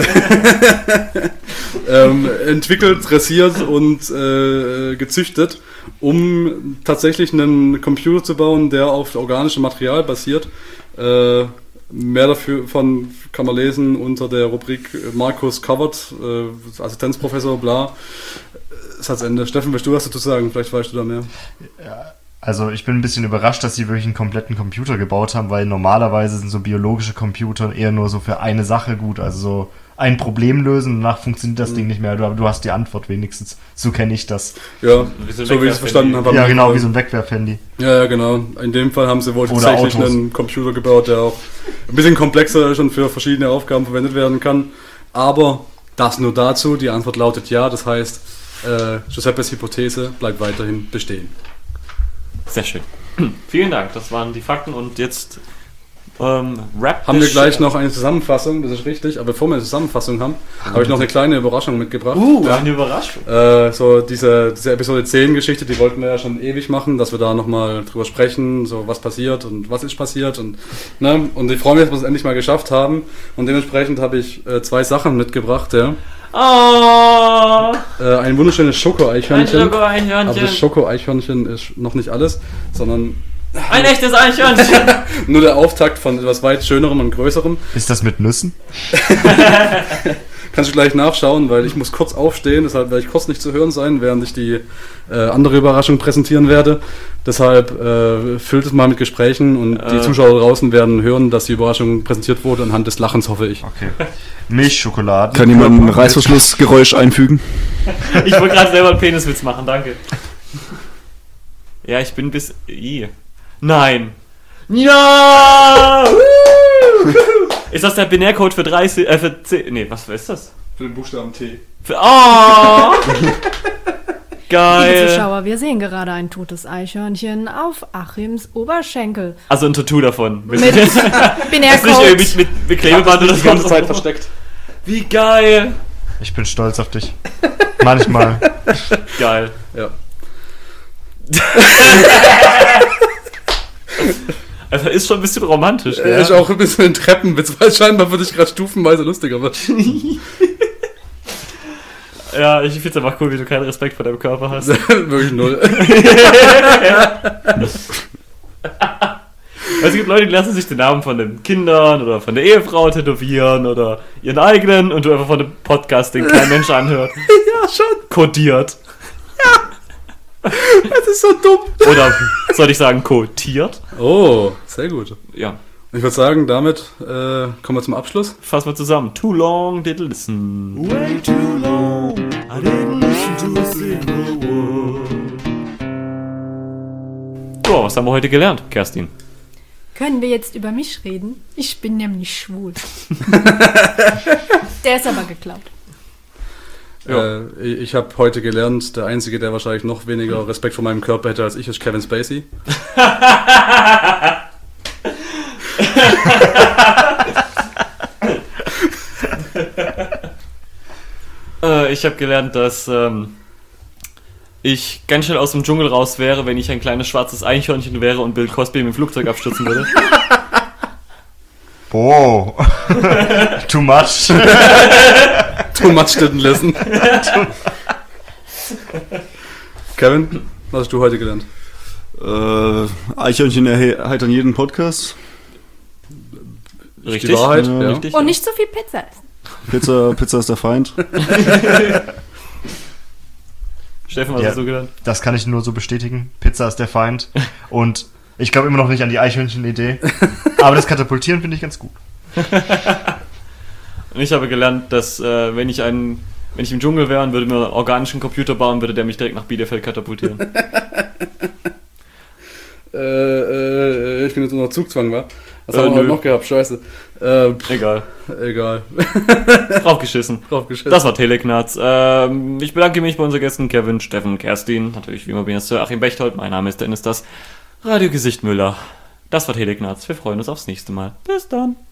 [SPEAKER 2] ähm, entwickelt, dressiert und äh, gezüchtet, um tatsächlich einen Computer zu bauen, der auf organischem Material basiert. Äh, mehr dafür von kann man lesen unter der Rubrik Markus Covert, äh, Assistenzprofessor, bla. Das hat's Ende. Steffen, willst du was dazu sagen? Vielleicht weißt du da mehr.
[SPEAKER 3] Also ich bin ein bisschen überrascht, dass sie wirklich einen kompletten Computer gebaut haben, weil normalerweise sind so biologische Computer eher nur so für eine Sache gut, also so ein Problem lösen, danach funktioniert das mhm. Ding nicht mehr, du, du hast die Antwort wenigstens, so kenne ich das.
[SPEAKER 2] Ja,
[SPEAKER 1] Wie so ein
[SPEAKER 2] so wie ich es verstanden habe.
[SPEAKER 3] Ja genau, wie so ein Wegwerfhandy.
[SPEAKER 2] Ja, ja, genau. In dem Fall haben sie wohl
[SPEAKER 3] Oder
[SPEAKER 2] tatsächlich
[SPEAKER 3] Autos.
[SPEAKER 2] einen Computer gebaut, der auch ein bisschen komplexer ist und für verschiedene Aufgaben verwendet werden kann. Aber das nur dazu, die Antwort lautet ja, das heißt, äh, Giuseppes Hypothese bleibt weiterhin bestehen.
[SPEAKER 1] Sehr schön. Vielen Dank, das waren die Fakten und jetzt ähm, Rap.
[SPEAKER 2] Haben wir gleich noch eine Zusammenfassung, das ist richtig, aber bevor wir eine Zusammenfassung haben, habe ich noch eine kleine Überraschung mitgebracht.
[SPEAKER 1] Uh, eine Überraschung.
[SPEAKER 2] Äh, so diese, diese Episode zehn Geschichte, die wollten wir ja schon ewig machen, dass wir da nochmal drüber sprechen, so was passiert und was ist passiert und ne, und ich freue mich, dass wir es endlich mal geschafft haben und dementsprechend habe ich äh, zwei Sachen mitgebracht, ja.
[SPEAKER 1] Oh,
[SPEAKER 2] Äh, ein wunderschönes
[SPEAKER 1] ein
[SPEAKER 2] Schoko-Eichhörnchen. Aber das
[SPEAKER 1] Schoko-Eichhörnchen.
[SPEAKER 2] Schoko-Eichhörnchen ist noch nicht alles, sondern
[SPEAKER 1] Ein echtes Eichhörnchen.
[SPEAKER 2] nur der Auftakt von etwas weit Schönerem und Größerem.
[SPEAKER 3] Ist das mit Nüssen?
[SPEAKER 2] Kannst du gleich nachschauen, weil ich muss kurz aufstehen, deshalb werde ich kurz nicht zu hören sein, während ich die äh, andere Überraschung präsentieren werde. Deshalb äh, füllt es mal mit Gesprächen und
[SPEAKER 1] Äh.
[SPEAKER 2] die Zuschauer draußen werden hören, dass die Überraschung präsentiert wurde anhand des Lachens, hoffe ich.
[SPEAKER 3] Okay. Milchschokolade.
[SPEAKER 5] Kann jemand ein Reißverschlussgeräusch einfügen?
[SPEAKER 1] Ich wollte gerade selber einen Peniswitz machen, danke. Ja, ich bin bis... I. Nein. Ja! Ist das der Binärcode für dreißig... Äh, für zehn... Nee, was ist das?
[SPEAKER 2] Für den Buchstaben T.
[SPEAKER 1] Für... Oh!
[SPEAKER 4] Liebe
[SPEAKER 1] Geil.
[SPEAKER 4] Zuschauer, wir sehen gerade ein totes Eichhörnchen auf Achims Oberschenkel.
[SPEAKER 1] Also ein Tattoo davon.
[SPEAKER 4] Mit
[SPEAKER 1] Das ist nicht irgendwie
[SPEAKER 4] Binärcode.
[SPEAKER 1] mit, mit Klebeband oder
[SPEAKER 2] Die ganze
[SPEAKER 1] so.
[SPEAKER 2] Zeit versteckt.
[SPEAKER 1] Wie geil.
[SPEAKER 3] Ich bin stolz auf dich. Manchmal.
[SPEAKER 1] Geil.
[SPEAKER 2] Ja.
[SPEAKER 1] Also ist schon ein bisschen romantisch,
[SPEAKER 2] Er
[SPEAKER 1] ja?
[SPEAKER 2] ist auch ein bisschen ein Treppenwitz, weil scheinbar für dich gerade stufenweise lustiger wird.
[SPEAKER 1] Ja, ich find's einfach cool, wie du keinen Respekt vor deinem Körper hast.
[SPEAKER 2] Wirklich null.
[SPEAKER 1] Es gibt Leute, die lassen sich den Namen von den Kindern oder von der Ehefrau tätowieren oder ihren eigenen und du einfach von dem Podcast, den kein Mensch anhört.
[SPEAKER 2] Ja, schon.
[SPEAKER 1] Kodiert.
[SPEAKER 2] Das ist so dumm.
[SPEAKER 1] Oder soll ich sagen, kotiert?
[SPEAKER 2] Oh, sehr gut.
[SPEAKER 1] Ja.
[SPEAKER 2] Ich würde sagen, damit äh, kommen wir zum Abschluss.
[SPEAKER 1] Fassen wir zusammen. Too long did listen.
[SPEAKER 8] Way too long, I didn't listen to a single word.
[SPEAKER 1] So, was haben wir heute gelernt, Kerstin?
[SPEAKER 4] Können wir jetzt über mich reden? Ich bin nämlich schwul. Der ist aber geklaut.
[SPEAKER 1] Ja.
[SPEAKER 2] Äh, ich habe heute gelernt, der Einzige, der wahrscheinlich noch weniger Respekt vor meinem Körper hätte als ich, ist Kevin Spacey.
[SPEAKER 1] äh, ich habe gelernt, dass ähm, ich ganz schnell aus dem Dschungel raus wäre, wenn ich ein kleines schwarzes Eichhörnchen wäre und Bill Cosby mit dem Flugzeug abstürzen würde.
[SPEAKER 3] Oh. Too much.
[SPEAKER 2] Too much didn't listen. Kevin, was hast du heute gelernt?
[SPEAKER 5] Äh, Eichhörnchen erheitern jeden Podcast.
[SPEAKER 1] Richtig.
[SPEAKER 2] Die Wahrheit,
[SPEAKER 5] Ja.
[SPEAKER 2] ja.
[SPEAKER 1] Richtig,
[SPEAKER 4] Und
[SPEAKER 1] ja.
[SPEAKER 4] nicht so viel Pizza essen.
[SPEAKER 5] Pizza, Pizza ist der Feind.
[SPEAKER 1] Steffen, was
[SPEAKER 3] Ja.
[SPEAKER 1] hast du gelernt?
[SPEAKER 3] Das kann ich nur so bestätigen. Pizza ist der Feind. Und ich glaube immer noch nicht an die Eichhörnchen-Idee. Aber das Katapultieren finde ich ganz gut.
[SPEAKER 1] Und ich habe gelernt, dass äh, wenn ich einen, wenn ich im Dschungel wäre und würde mir einen organischen Computer bauen, würde der mich direkt nach Bielefeld katapultieren.
[SPEAKER 2] Äh, äh, ich bin jetzt unter Zugzwang, wa? Was
[SPEAKER 1] Äh,
[SPEAKER 2] haben wir heute
[SPEAKER 1] nö.
[SPEAKER 2] noch gehabt? Scheiße. Äh, pff,
[SPEAKER 1] Egal.
[SPEAKER 2] egal.
[SPEAKER 1] Draufgeschissen.
[SPEAKER 2] Draufgeschissen.
[SPEAKER 1] Das war Teleknarz. Ähm, ich bedanke mich bei unseren Gästen Kevin, Steffen, Kerstin, natürlich wie immer bin ich Sir Achim Bechtold. Mein Name ist Dennis Das. Radiogesicht Müller. Das war Teleknarz. Wir freuen uns aufs nächste Mal. Bis dann.